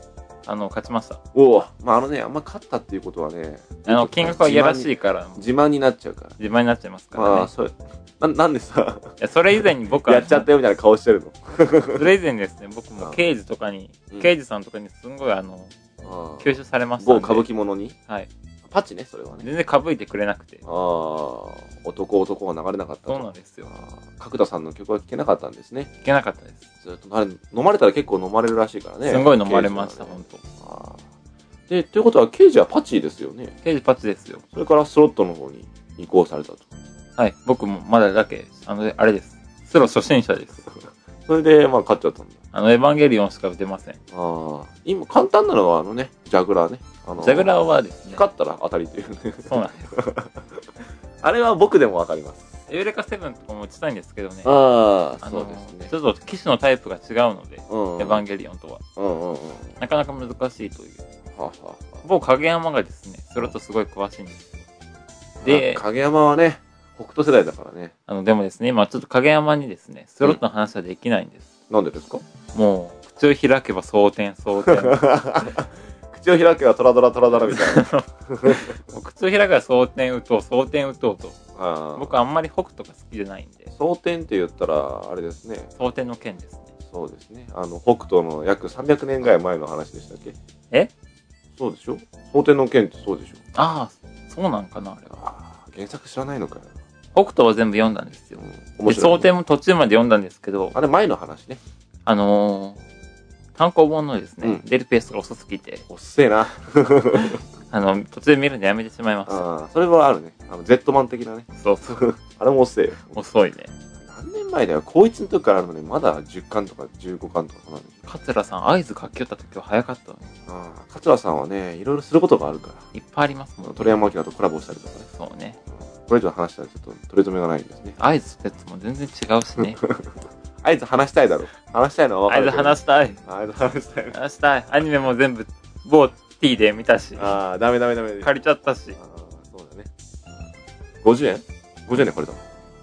Speaker 2: 勝ちました。
Speaker 1: おお、まああんま勝ったっていうことはね、
Speaker 2: 金額はいやらしいから。
Speaker 1: 自慢になっちゃうから。
Speaker 2: 自慢になっちゃいますからね。
Speaker 1: ああ、そう。なんでさ、
Speaker 2: いや、それ以前に僕は。
Speaker 1: やっちゃったよみたいな顔してるの。
Speaker 2: それ以前ですね、僕も刑事とかに、刑事さんとかにすんごい吸収されましたんで。
Speaker 1: 某歌舞伎者にはい。パチね、それはね。
Speaker 2: 全然かぶいてくれなくて。
Speaker 1: ああ、男が流れなかった。
Speaker 2: そうなんですよ。
Speaker 1: 角田さんの曲は聴けなかったんですね。
Speaker 2: 聴けなかったです。
Speaker 1: ずっと、飲まれたら結構飲まれるらしいからね。
Speaker 2: すごい飲まれました、ほんと。
Speaker 1: で、ということは、刑事はパチですよね。
Speaker 2: 刑事パチですよ。
Speaker 1: それからスロットの方に移行されたと。
Speaker 2: はい、僕もまだだけ、あれです。スロ初心者です。
Speaker 1: それで、まあ、勝っちゃったんだ。
Speaker 2: エヴァンゲリオンしか打てません。
Speaker 1: 今、簡単なのはジャグラーね。
Speaker 2: ジャグラーはですね。
Speaker 1: 光ったら当たりっていうね。
Speaker 2: そうなんです。
Speaker 1: あれは僕でもわかります。
Speaker 2: エウレカ7とかも打ちたいんですけどね。
Speaker 1: そうですね。
Speaker 2: ちょっと機種のタイプが違うので、エヴァンゲリオンとは。なかなか難しいという。某影山がですね、スロットすごい詳しいんですよ。
Speaker 1: で、影山はね、北斗世代だからね。
Speaker 2: でもですね、今ちょっと影山にですね、スロットの話はできないんです。
Speaker 1: なんでですか？
Speaker 2: もう、口を開けば蒼天。口を
Speaker 1: 開けばトラドラみたいな。
Speaker 2: 口を開けば蒼天打とう。僕あんまり北斗が好きじゃないんで。
Speaker 1: 蒼天って言ったら、あれですね。
Speaker 2: 蒼天の剣ですね。
Speaker 1: そうですね。北斗の約300年ぐらい前の話でしたっけ？
Speaker 2: え？
Speaker 1: そうでしょ？蒼天の剣ってそうでしょ？
Speaker 2: ああ、そうなんかな、あれは。
Speaker 1: 原作知らないのかよ。
Speaker 2: 北斗は全部読んだんですよ。蒼天も途中まで読んだんですけど。
Speaker 1: あれ前の話ね。
Speaker 2: 単行本のですね、出るペースが遅すぎて。
Speaker 1: 遅えな。
Speaker 2: 途中で見るのやめてしまいました。
Speaker 1: それはあるね。Z マン的なね。
Speaker 2: そう。
Speaker 1: あれも遅えよ。
Speaker 2: 遅いね。
Speaker 1: 何年前だよ。高1の時からあるのに、まだ10巻とか15巻とかなんでしょ。
Speaker 2: 桂さん、合図書き寄った時は早かったのに。
Speaker 1: 桂さんはね、いろいろすることがあるから。
Speaker 2: いっぱいありますもんね。
Speaker 1: 鳥山明とコラボしたりとかね。
Speaker 2: そうね。
Speaker 1: これ以上話したらちょっと取り留めがないんですね。
Speaker 2: 合図とやつも全然違うしね。
Speaker 1: 合図話したいだろ。話したいのは分かるけど。
Speaker 2: 合図話したい。話したい。アニメも全部、某 T で見たし。
Speaker 1: ダメ。
Speaker 2: 借りちゃったし。
Speaker 1: そうだね。50円 ?50 円で借りたの？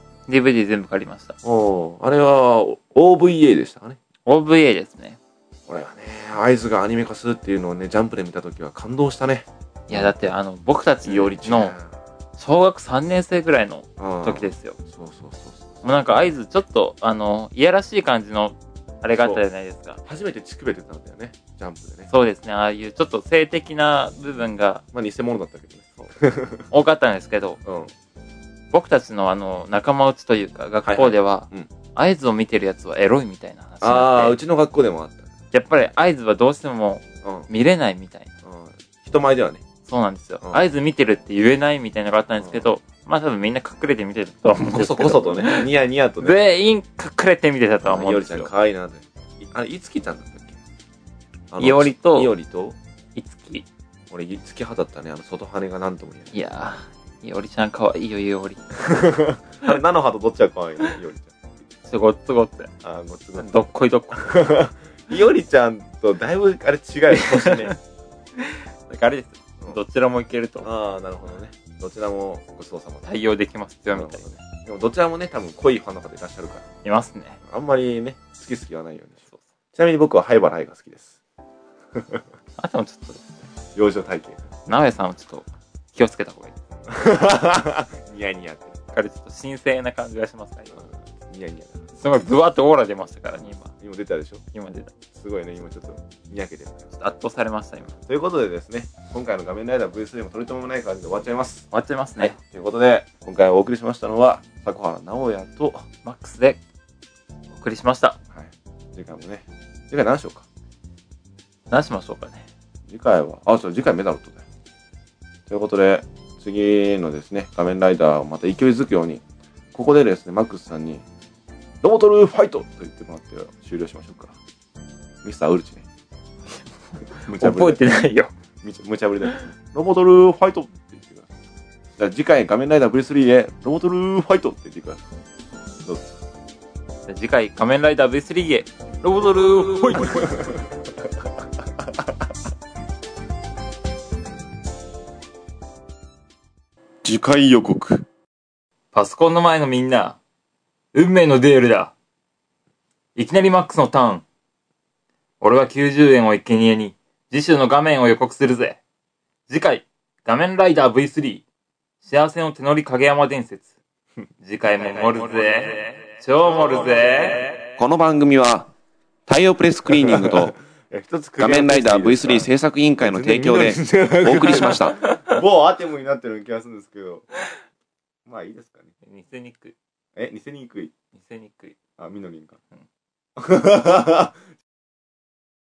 Speaker 2: DVD 全部借りました。
Speaker 1: あれは OVA でしたかね。
Speaker 2: OVA ですね。
Speaker 1: 俺はね、合図がアニメ化するっていうのをね、ジャンプで見たときは感動したね。
Speaker 2: いや、だって僕たちの小学3年生ぐらいの時ですよ。
Speaker 1: そう。
Speaker 2: もうなんか合図、ちょっと、いやらしい感じの、あれがあったじゃないですか。
Speaker 1: 初めて乳首出たんだよね、ジャンプでね。
Speaker 2: そうですね、ああいうちょっと性的な部分が。
Speaker 1: まあ偽物だったけどね。
Speaker 2: 多かったんですけど、僕たちの仲間内というか、学校では、合図を見てるやつはエロいみたいな話になって。
Speaker 1: うちの学校でもあった。
Speaker 2: やっぱり合図はどうしても見れないみたいな。
Speaker 1: 人前ではね。
Speaker 2: そうなんですよ。合図見てるって言えないみたいなのがあったんですけど、まあ多分みんな隠れて見てたとは思うんですけど。
Speaker 1: こそとね。ニヤニヤとね。
Speaker 2: 全員隠れて見てたとは思うんですよ。
Speaker 1: いおりちゃん可愛いなって。あれ、いつきちゃんだったっけ？
Speaker 2: いおりと、
Speaker 1: いつき。俺、いつき派だったね。外羽がなんとも言えない。
Speaker 2: いやー、いおりちゃん可愛いよ、いおり。
Speaker 1: あれ、菜の葉とどっちが可愛いの？いおりちゃん。
Speaker 2: ごっつごっつ。
Speaker 1: ごっつごっつ。
Speaker 2: どっこい。
Speaker 1: いおりちゃんとだいぶ、あれ違うよ、年ね。
Speaker 2: あれです。どちらもいけると。
Speaker 1: なるほどね。どちらもごちそうさま
Speaker 2: 対応できますよ、みたいな。
Speaker 1: でもどちらもね、多分濃いファンの方いらっしゃるから。
Speaker 2: いますね。
Speaker 1: あんまりね、好きはないよね。ちなみに僕は灰原愛が好きです。
Speaker 2: あともちょっとですね。
Speaker 1: 幼女体型。
Speaker 2: 直江さんはちょっと気をつけた方がいい。
Speaker 1: ニヤニヤって。
Speaker 2: 彼ちょっと神聖な感じがしますから、今。
Speaker 1: ニヤニヤ。
Speaker 2: すごいブワーッとオーラ出ましたからね、
Speaker 1: 今出たでしょ？
Speaker 2: 今出た。
Speaker 1: すごいね、今ちょっとにやけてる。
Speaker 2: ちょっと圧倒されました、今。
Speaker 1: ということでですね、今回の画面ライダー V3 も取り留めもない感じで終わっちゃいます。
Speaker 2: 終わっちゃいますね。
Speaker 1: ということで、今回お送りしましたのは、迫原直也と
Speaker 2: マックスでお送りしました。
Speaker 1: 次回もね、次回何しようか。
Speaker 2: 何しましょうかね。
Speaker 1: 次回は、次回メダロットだよ。ということで、次のですね、画面ライダーをまた勢いづくように、ここでですね、マックスさんに、ロボトルファイトと言ってもらって終了しましょうか。ミスターウルチね。
Speaker 2: 覚えてないよ。
Speaker 1: 無茶ぶりだよ。ロボトルファイトって言ってください。じゃあ次回画面ライダー V3 へロボトルファイトって言ってください。どうぞ。
Speaker 2: じゃあ次回仮面ライダー V3 へロボトルファイト
Speaker 1: 次回予告。
Speaker 2: パソコンの前のみんな、運命のデュエルだ。いきなりマックスのターン。俺は90円を生贄に次週の画面を予告するぜ。次回、画面ライダー V3。幸せの手乗り影山伝説。次回も盛るぜ。超盛るぜ。
Speaker 3: この番組は、太陽プレスクリーニングと、画面ライダー V3 制作委員会の提供でお送りしました。
Speaker 1: 某アテムになってる気がするんですけど。まあいいですかね。
Speaker 2: 似せにくい。
Speaker 1: 似せにくい。
Speaker 2: 似せにくい。
Speaker 1: あ、みのりんか。